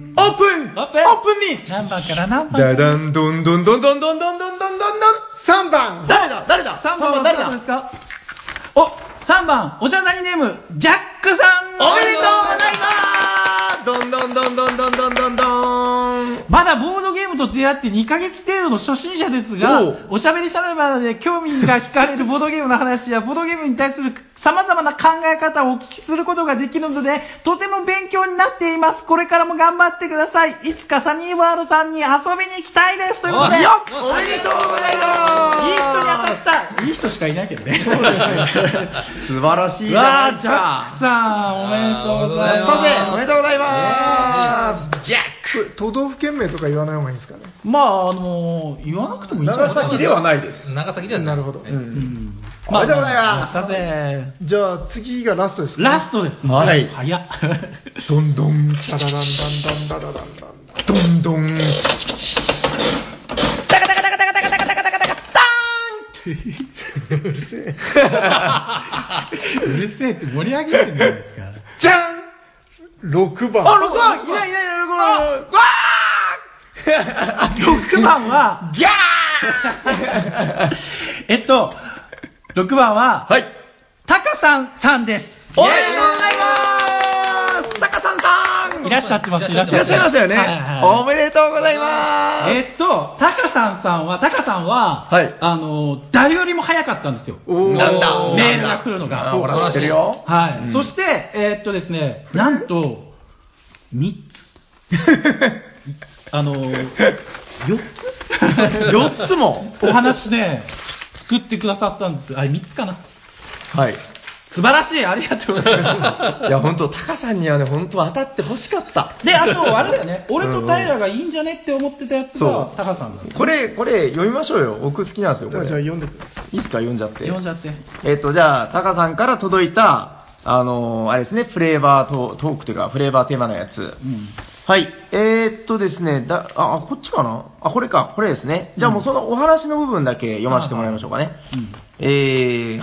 ン、オープン、 オープンオープンに何番から何番からダダン、ドンドンドンドンドンドンドンドンドンドンさんばん誰だ誰ださんばんは誰だ誰ですか？お、さんばん、おしゃさにネーム、ジャックさんおめでとうございますどんどんどんどんどんどんどんどんまだボードゲームと出会ってにかげつ程度の初心者ですが、 おうおしゃべりサラバで興味が惹かれるボードゲームの話や、ボードゲームに対する様々な考え方をお聞きすることができるので、とても勉強になっています。これからも頑張ってください。いつかサニーワールドさんに遊びに行きたいです。ということで、 よっおめでとうございますいい人に当たった。いい人しかいないけどね。 素晴らしいじゃうわー、 ないですジャッかクさん、おめでとうございやったます。 ぜおめでとうございますジャック都道府県名とか言わない方がいいんですかね。 まあ、あのー、言わなくてもいいんじゃない長崎ではないです長崎ではない。 なるほどはいうんおめでとうございますやったぜじゃあ次がラストですか、 ラストですね。 はい早っ。 どんどんダダダンダンダンダダダンダンどんどんうるせえうるせえって盛り上げてるんですか。 じゃんろくばんあ、ろくばんいないいないいない、ろくばんわろくばんは、 ーギャーえっと、ろくばんは、 はい。 タカさんさんです。 おめでとうございますタカさんさんいらっしゃってます、いらっいらっしゃいましたよね。 はいはいおめでとうございますえっと、タカさんさんは、タカさんは、 はいあの、誰よりも早かったんですよ。 おーなんだメールが来るのが。 あほら知ってるよ。 はい。 うんそして、えーっとですね、なんと、みっつあの、よっつよっつも。 お話ね、作ってくださったんです。あれ、みっつかな。 はい。 素晴らしい、ありがとうございまいや、本当タカさんにはね、本当当たってほしかった。 す。で、あと、あれだよね、俺と平がいいんじゃねって思ってたやつそう、 がタカさんだった。 これ、これ、読みましょうよ。僕好きなんですよ、これ。 じゃあじゃあ読んでくださいいっすか、読んじゃって。 読んじゃって。 えっと、じゃあ、タカさんから届いた、あのーあれですね、フレーバートトークというか、フレーバーテーマのやつ。 うん。 はい。えー、っとですね、だあ、あこっちかなあ、これか。これですね。じゃあもうそのお話の部分だけ読ませてもらいましょうかね。 うん。 えー、はい。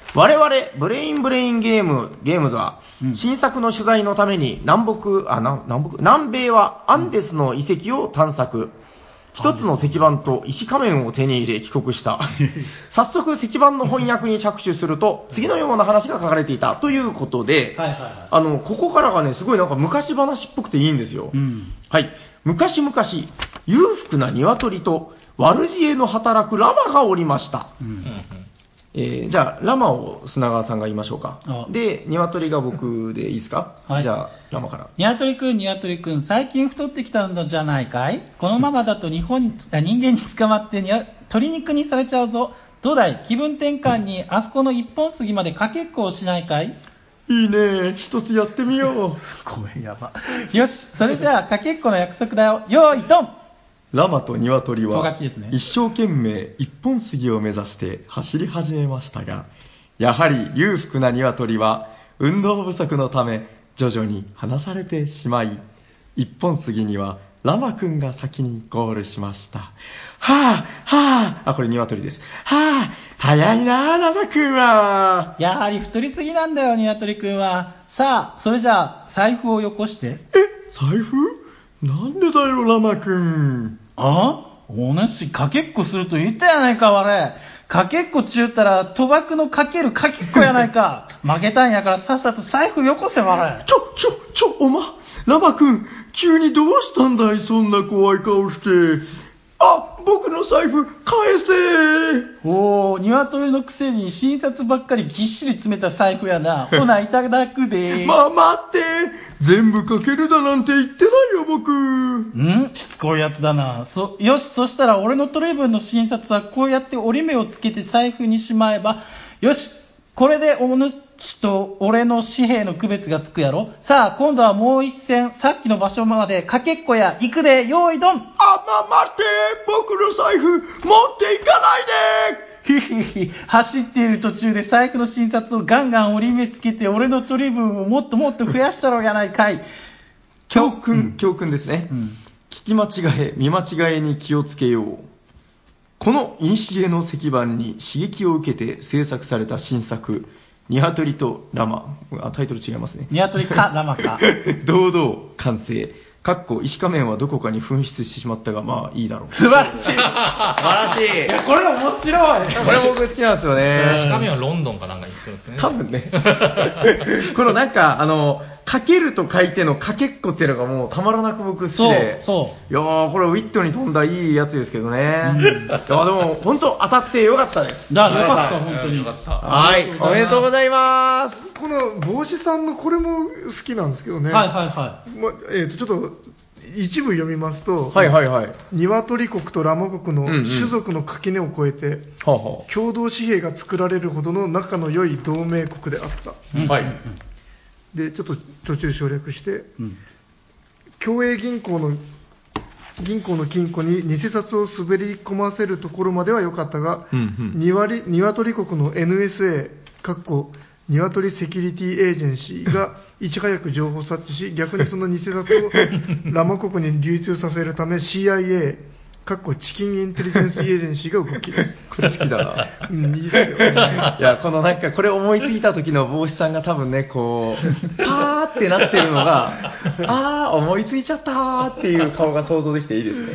我々ブレインブレインゲームゲームズは、うん、新作の取材のために南北あな南北南米はアンデスの遺跡を探索。一つの石板と石仮面を手に入れ帰国した。早速石板の翻訳に着手すると次のような話が書かれていたということで、はいはいはい、あのここからがねすごいなんか昔話っぽくていいんですよ。うん、はい。昔々裕福な鶏と悪知恵の働くラマがおりました。うん、えー、じゃあラマを砂川さんが言いましょうか。で鶏が僕でいいですか。はい、じゃあラマから。 鶏くん鶏くん最近太ってきたのじゃないかい。このままだと日本に人間に捕まってに鶏肉にされちゃうぞ。どうだい気分転換にあそこの一本杉までかけっこをしないかい。 いいね一つやってみよう。 ごめんやば。よしそれじゃあかけっこの約束だよ。よーいドン。 ラマと鶏は一生懸命一本杉を目指して走り始めましたが、やはり裕福な鶏は運動不足のため徐々に離されてしまい、一本杉にはラマくんが先にゴールしました。はぁ、はぁ、あ、これ鶏です。はぁ、早いなラマくんは。 やはり太りすぎなんだよ鶏くんは。さあそれじゃあ財布をよこして。え、 財布なんでだよラマくん。 あ？お主かけっこすると言ったやないか我々。かけっこっちゅうたら賭博のかけるかけっこやないか。負けたんやからさっさと財布よこせ我々。 ちょちょちょおまラマくん急にどうしたんだいそんな怖い顔して。あ、僕の財布返せ。 おー、鶏のくせに診察ばっかりぎっしり詰めた財布やな。ほないただくで。 まあ待って、全部かけるだなんて言ってないよ僕。 ん？しつこいやつだな。そよし、そしたら俺の取り分の診察はこうやって折り目をつけて財布にしまえばよし。これでお主と俺の紙幣の区別がつくやろ。さあ今度はもう一戦さっきの場所までかけっこや行くで。用意ドン。あ、 ま、待って、僕の財布持っていかないで。 ひひひ、走っている途中で財布の診察をガンガン折り目つけて俺の取り分をもっともっと増やしたろうやないかい。 教訓、うん、教訓ですね、うん、聞き間違え見間違えに気をつけよう。この古の石板に刺激を受けて制作された新作鶏とラマ、あ、タイトル違いますね。 鶏かラマか堂々完成。かっこ石仮面はどこかに紛失してしまったがまあいいだろう。 素晴らしい素晴らしい。 いやこれ面白い。 これ僕好きなんですよね。 石仮面はロンドンかなんかに行ってるんですね。 多分ね。このなんかあのかけると書いてのかけっこっていうのがもうたまらなく僕好きで。 そうそう。 いやーこれウィットに富んだいいやつですけどね。うん、いやでも本当当たってよかったです。 だよかった、はい、本当によかった。 はい、おめでとうございます。 この帽子さんのこれも好きなんですけどね。 はいはいはい。 まえーとちょっと。一部読みますと、 はいはいはい、 鶏国とラマ国の種族の垣根を越えて、うんうん、共同紙幣が作られるほどの仲の良い同盟国であった、 うん、はい。 でちょっと途中省略して、うん、共営銀行の銀行の金庫に偽札を滑り込ませるところまでは良かったが、うんうん、鶏国の エヌエスエー かっこ鶏セキュリティエージェンシーがいち早く情報察知し、逆にその偽札をラマ国に流通させるため シーアイエー かっこチキンインテリジェンスエージェンシーが動き出す。 これ好きだな。 うん、いいですよね。 いや、このなんかこれ思いついた時の帽子さんが多分ね、こう、パーってなってるのが、あー、思いついちゃったーっていう顔が想像できていいですね。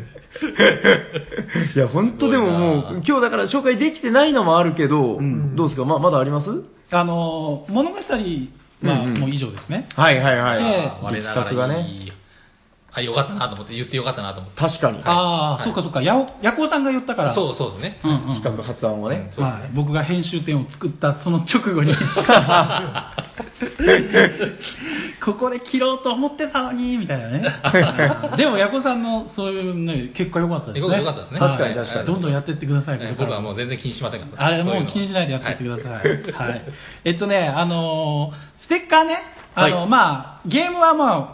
いや、本当でももう、今日だから紹介できてないのもあるけど、うん、どうですか、ま、まだあります？ あの、物語はもう以上ですね。 うんうん、はいはいはい。 で、力作がね。あ、よかったなと思って、言ってよかったなと思って。 確かに。 ああ、はい、そうかそうか。や、ヤコウさんが言ったから。 そうそうですね。 うんうん、企画発案はね、うんそうですね、はい。僕が編集点を作ったその直後に。ここで切ろうと思ってたのに、みたいなね。でも、ヤコウさんのそういうね、結果良かったですね。 良かったですね。 確かに確かに。 どんどんやっていってください。 はい、僕はもう全然気にしませんから。 あれ、もう気にしないでやっていってください。はい。はい、えっとね、あのー、ステッカーね、あのー、はい、まあ、ゲームはまあ、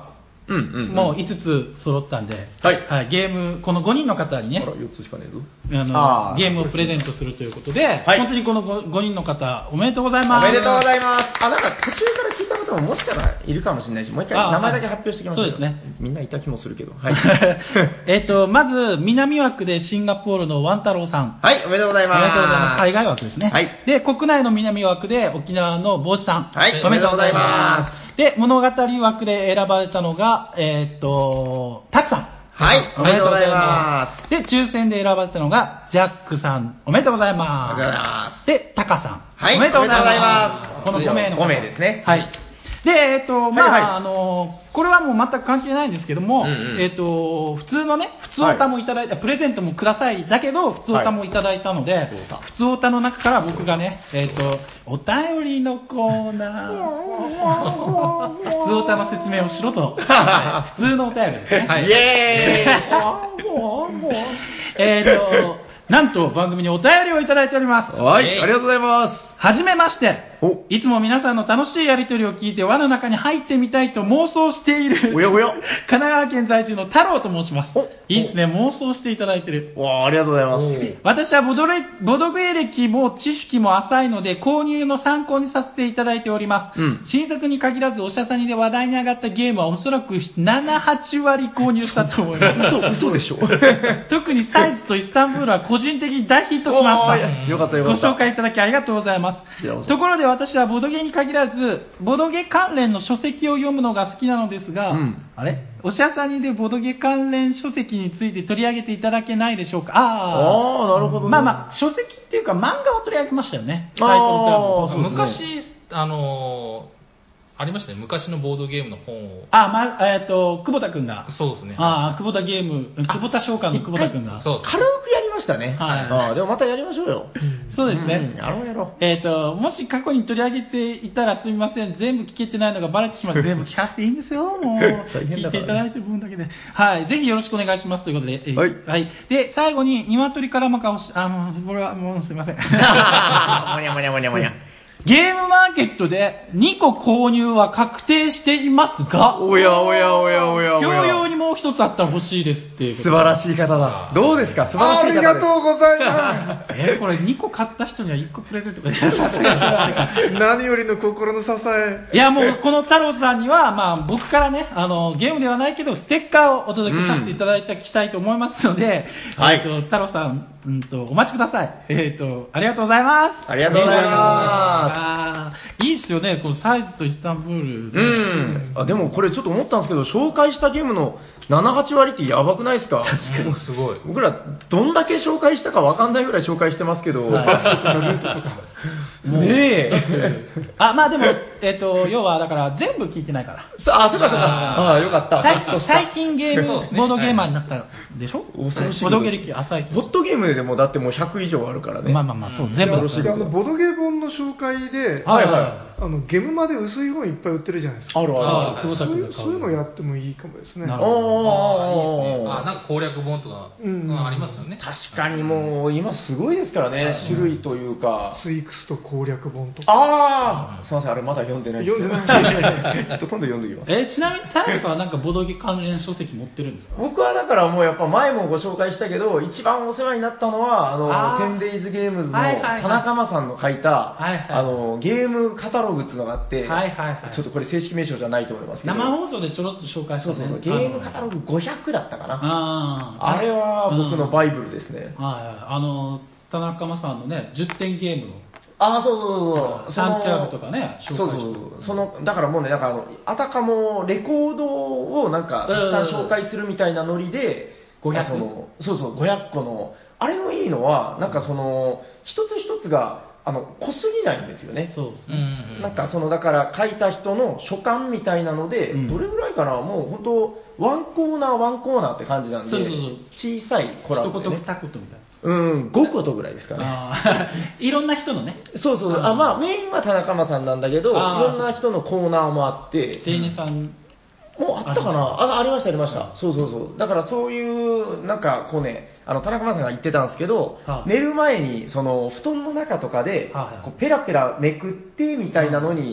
うんうんうん、 もういつつ揃ったんで、 はいはい、ゲーム、このごにんの方にね、 あら、よっつしかねえぞ。 あのあゲームをプレゼントするということで、 はい、 本当にこの 5, ごにんの方、おめでとうございます。 おめでとうございます。あ、なんか途中から聞いた方ももしかしたらいるかもしれないし、もう一回名前だけ発表してきましょう。 そうですね。 みんないた気もするけど。はい。 えっと、まず、南枠でシンガポールのワン太郎さん。 はい、おめでとうございます。 おめでとうございます。海外枠ですね。 はい。 で、国内の南枠で沖縄の帽子さん。 はい、おめでとうございます。 で、物語枠で選ばれたのが、えー、っと、タクさん。 はい、おめでとうございます。 で、抽選で選ばれたのが、ジャックさん。おめでとうございます。 おめでとうございます。 で、タカさん。 はい、 おめでとうございます。 このご名の方。ご名ですね。 はい。で、えっと、まあ、 はいはい、 あの、これはもう全く関係ないんですけども、 うんうん、 えっと、普通のね、普通オタもいただいた、はい、プレゼントもくださいだけど、普通オタもいただいたので、はい、普通オタの中から僕がね、えっと、お便りのコーナー、普通オタの説明をしろと、普通のお便りですね。 はい、イエーイえっと、なんと番組にお便りをいただいております。 はい、ありがとうございます。 はじめまして。いつも皆さんの楽しいやりとりを聞いて輪の中に入ってみたいと妄想しているおやおや神奈川県在住の太郎と申します。いいですね、妄想していただいてる。 わあ、ありがとうございます。 私はボドレボドゲ歴も知識も浅いので購入の参考にさせていただいております。うん、新作に限らずおしゃさにで話題に上がったゲームはおそらくなな、はちわり購入したと思います。 嘘、嘘でしょ。 特にサイズとイスタンブールは個人的に大ヒットしました。 よかったよかった。 ご紹介いただきありがとうございます。ところで私はボドゲに限らずボドゲ関連の書籍を読むのが好きなのですが、うん、あれおしゃさにでボドゲ関連書籍について取り上げていただけないでしょうか。ああ、なるほど、ね、 まあまあ書籍っていうか漫画を取り上げましたよね。サイトのね、昔あのーありましたね。昔のボードゲームの本を。 あ、ま、えっ、ー、と、久保田くんが。 そうですね。 あ、久保田ゲーム、久保田商館の久保田くんが。 そう軽くやりましたね。はい。あでもまたやりましょうよ。 そうですね。 うん、やろうやろう。 えっ、ー、と、もし過去に取り上げていたらすみません。全部聞けてないのがバレてしまう。全部聞かなくていいんですよ。もう。聞いていただいてる分だけで。はい。ぜひよろしくお願いしますということで。えー、はい。はい。で、最後に、鶏からまかをし、あの、これはもうすみません。もにゃもにゃもにゃもにゃ。 ゲームマーケットでにこ購入は確定していますが、 おやおやおやおやおや、 共用にもう一つあったら欲しいですっていう。 素晴らしい方だ。どうですか、素晴らしい方です。 ありがとうございます。 えー、これにこ買った人にはいっこプレゼントくれ何よりの心の支え。 いやもうこの太郎さんには、まあ僕からね、あの、ゲームではないけど、ステッカーをお届けさせていただきたいと思いますので、うん、はい、えーと、太郎さん、うんと、お待ちください。えっと、ありがとうございます。 ありがとうございます。 あいいっすよね、このサイズとイスタンブール。 うん。あ、でもこれちょっと思ったんですけど、紹介したゲームのなな、はちわりってやばくないですか？ 確かに。 すごい。 僕らどんだけ紹介したかわかんないぐらい紹介してますけど、 バスとかルートとか。 ねえ。 あ、まあでも、えっと、要はだから全部聞いてないから。 さあ、そうかそうか。ああ、よかった。 最近ゲーム、ボードゲーマーになったでしょ？ 恐ろしい。 ボードゲー歴浅い。 ホットゲームでもだってもうひゃくいじょうあるからね。 まあまあまあ、そう、全部。 あの、ボードゲー本の紹介で、 はいはい。 あのゲームまで薄い本いっぱい売ってるじゃないですか。 あるある。 そういう、そういうのやってもいいかもですね。 なるほど。 ああ、いいですね。あ、なんか攻略本とか、うん、ありますよね。 確かにもう今すごいですからね、種類というか。 ツイクスと攻略本とか。 ああ、すみません、あれまだ読んでないです。読んでない。ちょっと今度読んできます。 えー、ちなみにタイムさんはなんかボドゲ関連書籍持ってるんですか？ 僕はだからもうやっぱ前もご紹介したけど、一番お世話になったのはあのあ テンデイズ ゲームズの田中間さんの書いた、はいはい、あのゲームカタログっていうのがあって。はいはいはい、ちょっとこれ正式名称じゃないと思いますけど、 生放送でちょろっと紹介した、ね、 そうそうそう、ゲームカタログごひゃくだったかな。ああれは僕のバイブルですね。 うん、はいはい、あの田中間さんのねじゅってんゲームの、 ああそうそうそうそう、 サンチャーグとかね、 紹介して、そうそうそう、そのだからもうね、なんかあのあたかもレコードをなんかたくさん紹介するみたいなノリで、 ごひゃく、 そのそうそうごひゃっこの、あれのいいのはなんかその一つ一つがあの濃すぎないんですよね。 そうですね。 なんかそのだから書いた人の所感みたいなので、うん、どれぐらいかな、もう本当ワンコーナーワンコーナーって感じなんで、そうそうそう、小さいコラボで、ね、 一言二言みたいな。 うん、ごことぐらいですかね。あいろんな人のね。 そうそう、あ、まあメインは田中間さんなんだけど、いろんな人のコーナーもあって。 店員さん。 もうあったかなあ、ありましたありました。そうそうそう。だからそういうなんかこうね、あの田中間さんが言ってたんですけど、はあ、寝る前にその布団の中とかで、はあ、こうペラペラめくってみたいなのに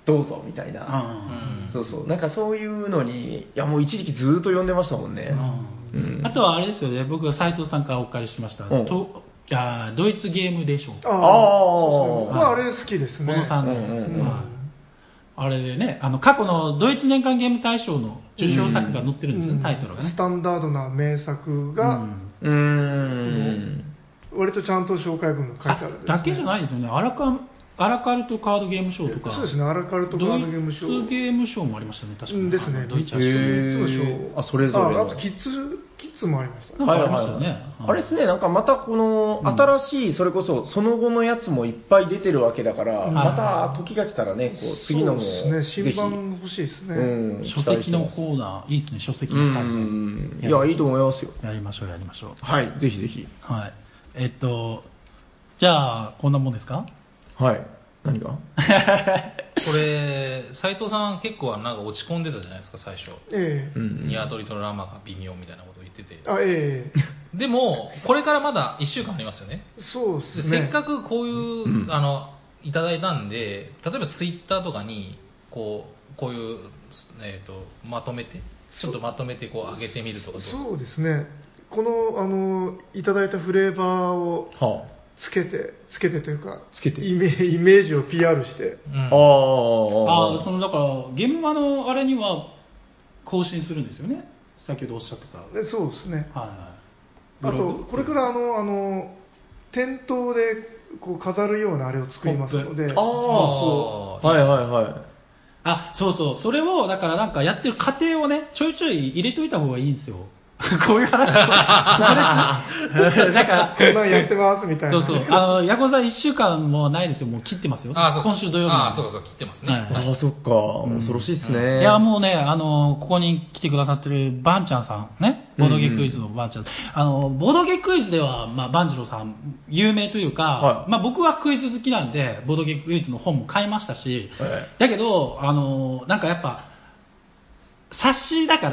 どうぞみたいな、うん、そうそう、なんかそういうのに、いやもう一時期ずっと読んでましたもんね。 うんうん、あとはあれですよね、僕が斉藤さんからお借りしました、うん、とあドイツゲームでしょう。 ああ、そうそう、まあ、あれ好きですね。 小野さんの、うんうんうん、あれでね、あの過去のドイツ年間ゲーム大賞の受賞作が載ってるんですね、うん、タイトルがね。 スタンダードな名作が、 うん、うーん割とちゃんと紹介文が書いてあるんです、ね、 だけじゃないですよね。アラカアラカルトカードゲームショーとか、 そうですね、アラカルトカードゲームショー、 ドイツゲームショーもありましたね、確かに。 ですね、 ドイツみっつのショー、 あ、それぞれの。 あ、あとキッズ、キッズもありましたね。 なんかありましたよね。はいはいはい、 あれですね、なんかまたこの新しい、それこそその後のやつもいっぱい出てるわけだから、うん、また時が来たらね、こう次のもそうですね、新版欲しいですね。 うん、書籍のコーナー、いいですね、書籍の関連。いや、いいと思いますよ。 やりましょう、やりましょう。 はい、ぜひぜひ。 はい。えっと、じゃあ、こんなもんですか？ はい。何がこれ斉藤さん結構なんか落ち込んでたじゃないですか最初、 ええ、 ニワトリとラマが微妙みたいなことを言ってて、 あ、ええ、 でもこれからまだいっしゅうかんありますよね。 そうですね。 せっかくこういう、うん、あのいただいたんで、例えばツイッターとかにこうこういう、えー、とまとめてちょっとまとめてこう上げてみるとかどうですか？ そうですね、このあのいただいたフレーバーを、はあつけてつけてというかつけてイメイメージを ピーアール して、 うん、ああそのだからゲームマのあれには更新するんですよね、先ほどおっしゃってた。 そうですね、 はいはい、 あとこれからあのあの店頭でこう飾るようなあれを作りますので、 ああはいはいはい、 あそうそう、それをだからなんかやってる過程をねちょいちょい入れといた方がいいんですよこういう話をここですなんかこんなんやってますみたいな。 そうそう、あのヤコザいっしゅうかんもないですよ、もう切ってますよ。 あそう今週土曜日。 あそうそう切ってますね。はい、 ああそっか、うん、恐ろしいですね、 うん。いやもうね、あのここに来てくださってるバンちゃんさんね、ボードゲクイズのバンちゃん、うんうん、あのボードゲクイズではまあバンジローさん有名というか、はい、まあ僕はクイズ好きなんでボードゲクイズの本も買いましたし、はい、だけどあのなんかやっぱ冊子だから、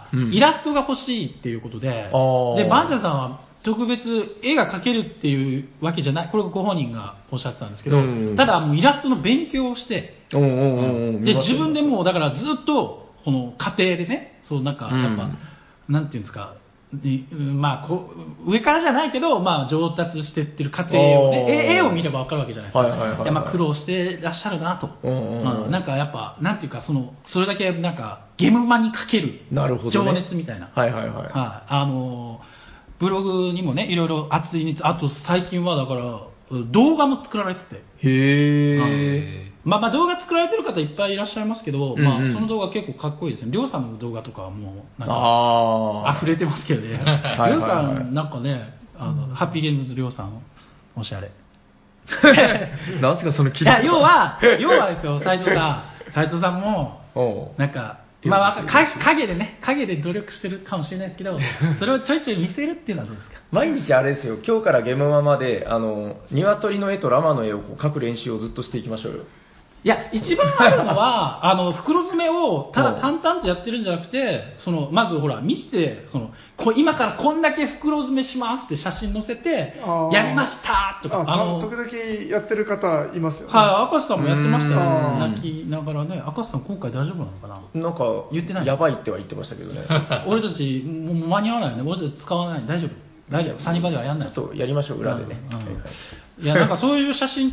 うん、イラストが欲しいっていうことで、でバンチャーさんは特別絵が描けるっていうわけじゃない、これご本人がおっしゃってたんですけど、うん、ただもうイラストの勉強をして、うん、で自分でもうだからずっとこの過程でね、そうなんかやっぱ、うん、なんていうんですか、まあ、こ上からじゃないけど、まあ、上達していってる過程をね、絵を見れば分かるわけじゃないですか、はいはいはいはい、いやまあ苦労してらっしゃるなと、うん、なんかやっぱなんていうか、そのそれだけなんかゲームマにかける情熱みたいな、 はいはいはい、はい、 あのブログにもねいろいろ熱い熱、あと最近はだから動画も作られてて、 へー、 まあ、まあ動画作られてる方いっぱいいらっしゃいますけど、うんうん、まあ、その動画結構かっこいいですね。りょうさんの動画とかはもうなんか溢れてますけどね。りょうさんなんかね、あの、うん、ハッピーゲームズりょうさんおしゃれ。 なんすかそのいや要は要はですよ、斉藤さん斉藤さんもなんか。まあ、影でね、影で努力してるかもしれないですけど、それをちょいちょい見せるっていうのはどうですか？ 毎日あれですよ、今日からゲームマまで、あの、鶏の絵とラマの絵をこう描く練習をずっとしていきましょうよ。 いや、一番あるのは、あの、袋詰めをただ淡々とやってるんじゃなくて、その、まずほら、見せて、その、こ今からこんだけ袋詰めしますって写真載せて、やりましたとか、 ああの、時々やってる方いますよね。 はい、赤瀬さんもやってましたよ。泣きながらね、赤瀬さん今回大丈夫なのかな？ なんか、言ってない。やばいっては言ってましたけどね。 俺たち、もう間に合わないよね。俺たち使わない。大丈夫。大丈夫。サニバではやんない。 ちょっとやりましょう、裏でね。 うんうん、いや、なんかそういう写真って、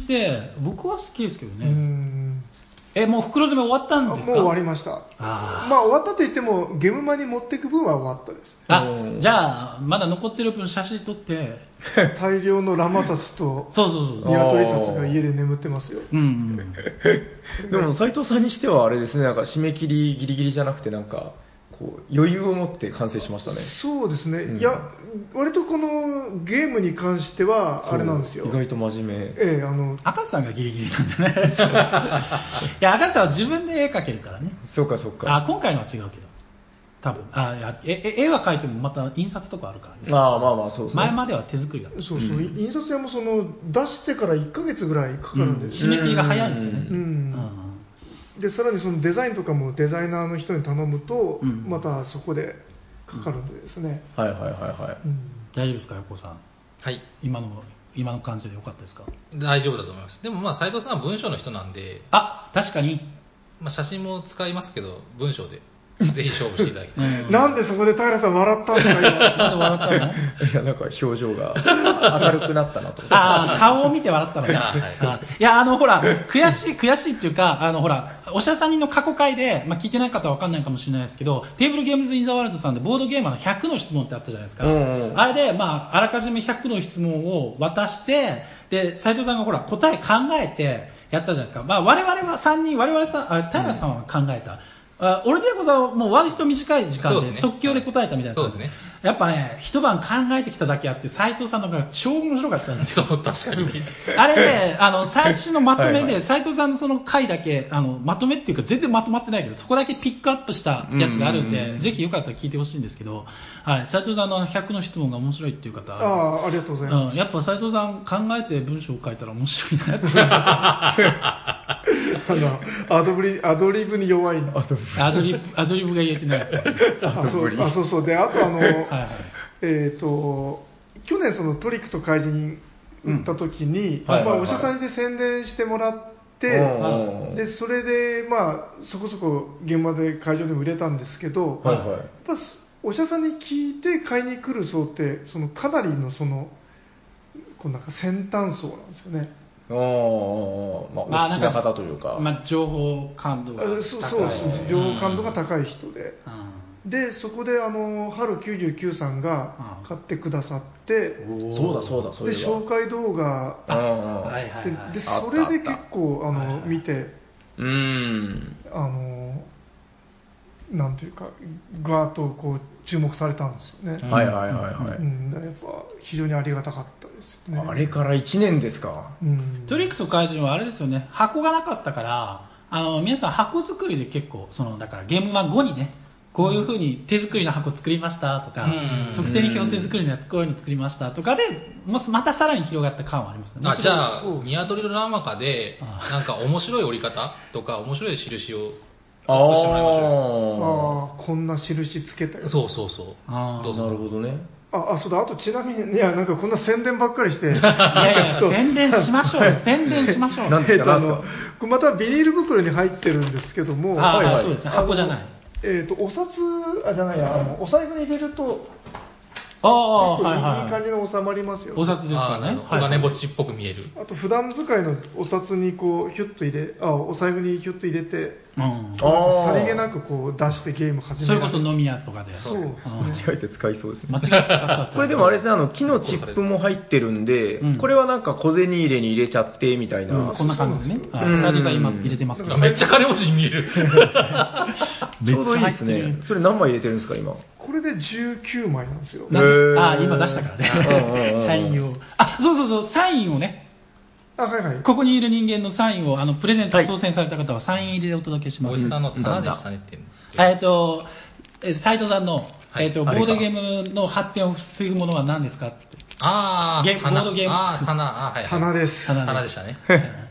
僕は好きですけどね。うんえ、もう袋詰め終わったんですか？ もう終わりました。あまあ終わったと言ってもゲームマに持っていく分は終わったです。 あ、じゃあまだ残ってる分写真撮って大量のラマサスとそうそうそうニワトリ札が家で眠ってますよ。 うんうん、でも斉藤さんにしてはあれですね、なんか締め切りギリギリじゃなくてなんかこう余裕を持って完成しましたね。 そうですね、うん、いや割とこのゲームに関してはあれなんですよ、 意外と真面目。 ええ、あの赤瀬さんがギリギリなんでねいや赤瀬さんは自分で絵描けるからね。 そうかそうか。 あ今回のは違うけど多分あいやえ絵は描いてもまた印刷とかあるからね。 ああまあまあそうそう。 前までは手作りだった。 そうそう、うん、印刷屋もその出してからいっかげつぐらいかかるんです、 うん、締め切りが早いんですよね。 うん、うんでさらにそのデザインとかもデザイナーの人に頼むと、うん、またそこでかかるんでですね、 うん、はいはいはいはい、うん、 大丈夫ですか横尾さん。 はい今の今の感じでよかったですか？ 大丈夫だと思います。でもまあ斉藤さんは文章の人なんで。 あ確かにまあ、写真も使いますけど文章でぜひ勝負していただきたい、 うん、なんでそこで平さん笑ったんですか今。なんで笑ったの？いやなんか表情が明るくなったなと。 ああ顔を見て笑ったのね。はい、いやあのほら悔しい悔しいっていうかあのほらおしゃさんにの過去回で、まあ、聞いてない方は分かんないかもしれないですけどテーブルゲームズインザワールドさんでボードゲーマーのひゃくの質問ってあったじゃないですか、うんうん、あれで、まあ、あらかじめひゃくの質問を渡してで斉藤さんがほら答え考えてやったじゃないですか、まあ、我々はさんにん我々さんあ平さんは考えた、うんあオルディアコさんはもう割と短い時間で即興で答えたみたいな、 そうですね、 やっぱね一晩考えてきただけあって斉藤さんのが超面白かったんですよ。 そう確かにあれねあの最初のまとめで斉藤さんのその回だけあのまとめっていうか全然まとまってないけどそこだけピックアップしたやつがあるんで、うんうん、ぜひよかったら聞いてほしいんですけど、はい、斉藤さんのひゃくの質問が面白いっていう方あありがとうございます、 うん、やっぱ斉藤さん考えて文章を書いたら面白いなってあのアドリアドリブに弱いアドリブアドリブが言えてないですあそうあそうそうであとあの、はいはい、えーと去年そのトリックと怪人売った時に、うんはいはいはい、まあ、おしゃさんで宣伝してもらって、うん、でそれでまあそこそこ現場で会場でも売れたんですけど、はいはい、やっぱおしゃさんに聞いて買いに来る層ってそのかなりのそのこうなんか先端層なんですよね。 あまあ、お好きな方というか、 まあ、情報感度が高い、 そうそうです情報感度が高い人で、うん、でそこであの春きゅうじゅうきゅうさんが買ってくださって、 うん、そうだそうだそうで紹介動画で、でそれで結構あの、はいはい、見てうんあのなんというかガーッとこう注目されたんですよね。 はいはいはいはい、 うん、やっぱ非常にありがたかったですよね。 あれからいちねんですか。 うん、トリックと怪人はあれですよね箱がなかったからあの皆さん箱作りで結構そのだからゲームマ後にねこういう風に手作りの箱作りましたとか、うん、特典表手作りのやつこういうの作りましたとかでまたさらに広がった感はありますね。 あじゃあニワトリのラマカでなんか面白い折り方とか面白い印をアップしてもらいましょう。ああこんな印つけたよ。 そうそうそうあどうなるほどね。 ああそうだあとちなみにいやなんかこんな宣伝ばっかりしていやいや宣伝しましょう宣伝しましょう。 なんですかなんですか。 またビニール袋に入ってるんですけどもあ、はいはい、そうですね箱じゃないえーとお札あじゃないやあのお財布に入れるとああ、はいはい、いい感じの収まりますよ、ね、 お札ですからね。 お金持ちっぽく見える。 あと普段使いのお札にこうヒュッと入れ、あお財布にヒュッと入れて、うん、さりげなくこう出してゲーム始める。 それこそ飲み屋とかで。 そう。 間違えて使いそうですね。 間違えて使った。 これでもあれですねあの木のチップも入ってるんで、うん、これはなんか小銭入れに入れちゃってみたいな。 うん、こんな感じですね。斉藤さん今入れてますけど。 めっちゃ金持ちに見える。 ちょうどいいですね。それ何枚入れてるんですか今。 これでじゅうきゅうまいなんですよ。 あ今出したからね。サインを。あそうそうそうサインをね。 あはいはい。 ここにいる人間のサインをあのプレゼント当選された方はサイン入りでお届けします。 おじさんの棚でしたねっていうの。えっと斉藤さんの、はい、えっとボードゲームの発展を防ぐものは何ですかって。 ああボードゲーム。 ああ棚あはい、はい。 棚です。 棚でしたね。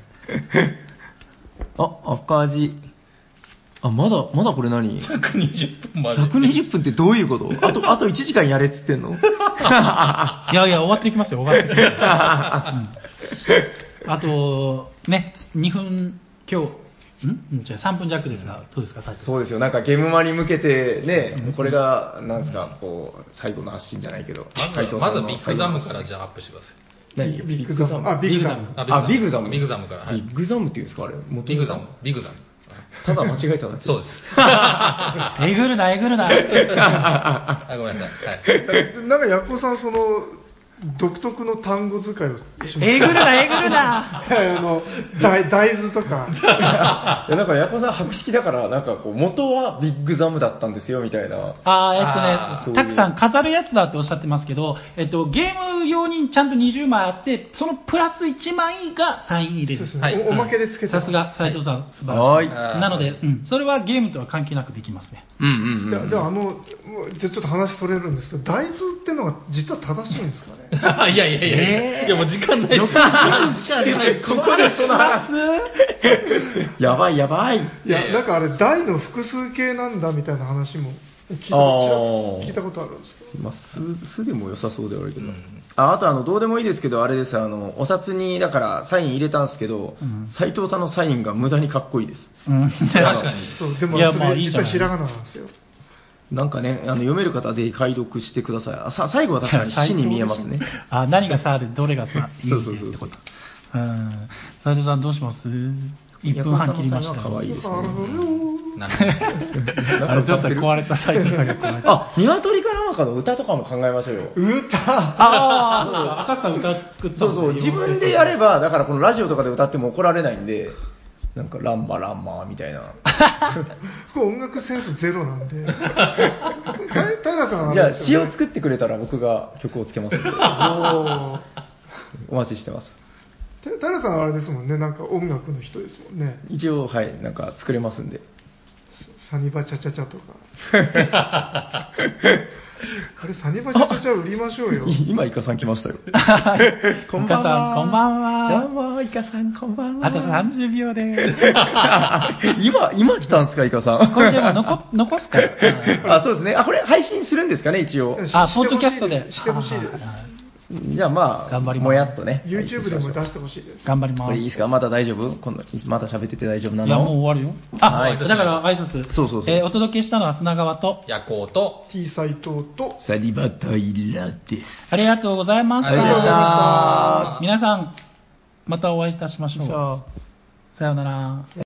あ赤字。あまだまだこれ何？ ひゃくにじゅっぷんまで。 ひゃくにじゅっぷんってどういうこと？あとあといちじかんやれっつってんの？いやいや終わっていきますよ終わっていきます。うん、あとねにふん今日んじゃあさんぷん弱ですがどうですか？ そうですよなんかゲームマに向けてね、うん、これがなんですかこう最後の発信じゃないけど。 まずまずビッグザムからじゃあアップしてください。 何ビッグザムあビッグザムあビッグザムビッグザムから、 はい、ビッグザムっていうんですかあれビッグザムビッグザムただ間違えただけ。 そうです。 えぐるなえぐるな。 あごめんなさい。 はい。なんかヤコさんその独特の単語遣いをします。 えぐるなえぐるな。 あの大大豆とか。 いやなんかヤコさん博識だからなんかこう元はビッグザムだったんですよみたいな。 あえっとねたくさん飾るやつだっておっしゃってますけど、えっとゲーム用にちゃんとにじゅうまいあってそのプラスいちまいがサイン入れる。 そうですね。はい、お, おまけでつけてさすが斉藤さん、はい、素晴らしい。なので、うん、それはゲームとは関係なくできますね。 うんうんうん。 でであのじゃちょっと話それるんですけど大豆ってのが実は正しいんですかね。 いやいやいやいや、えー、いやもう時間ないです。時間ないです。 ここでその話やばいやばい。 いやなんかあれ大の複数形なんだみたいな話も聞いたこと聞いたことあるんですけど。 まあ、す、すでも良さそうではあるけど。うん、あ、あとあの、どうでもいいですけど、あれです、あの、お札に、だからサイン入れたんですけど、斉、うん、藤さんのサインが無駄にかっこいいです。 うん、確かに。 そう、でもそれ実はひらがななんですよ。 なんかね、あの読める方はぜひ解読してください。あさ最後は確かに死に見えますね。 あ、何がさでどれがさ、 そうそうそうそう。 うん。斉藤さんどうします？いっぷんはん切りましたよ。 可愛いですね。 あれどうした壊れた斉藤さんが壊れた。 あ、鶏か生かの歌とかも考えましょうよ。 歌ああ、赤さん歌作ったそうそう、自分でやれば、だからこのラジオとかで歌っても怒られないんで、なんかランマランマみたいな。 音楽センスゼロなんで。平さんは、 じゃあ詩を作ってくれたら僕が曲をつけますんで。お, お待ちしてます。 平さんはあれですもんね、なんか音楽の人ですもんね。 一応はいなんか作れますんで。 サニバチャチャチャとか。あれサニバチャチャチャ売りましょうよ。 今イカさん来ましたよ。 こんばんは。こんばんは。 どうもイカさんこんばんは。 あとさんじゅうびょうで。 今今来たんですかイカさん。 これでも残残すから。 あそうですね。あこれ配信するんですかね一応。 あポッドキャストでしてほしいです。 じゃあまあ、 頑張りますもやっとね。 YouTube でも出してほしいです。 頑張ります。 これいいですかまだ大丈夫今度、まだ喋ってて大丈夫なの？ いや、もう終わるよ。あ、 はい、 だから挨拶。 そうそうそう。 えー、お届けしたのは砂川と、 ヤコウと、 T 斎藤と、 サニバタイラです。 ありがとうございました。 ありがとうございました。 皆さん、またお会いいたしましょう。さようなら。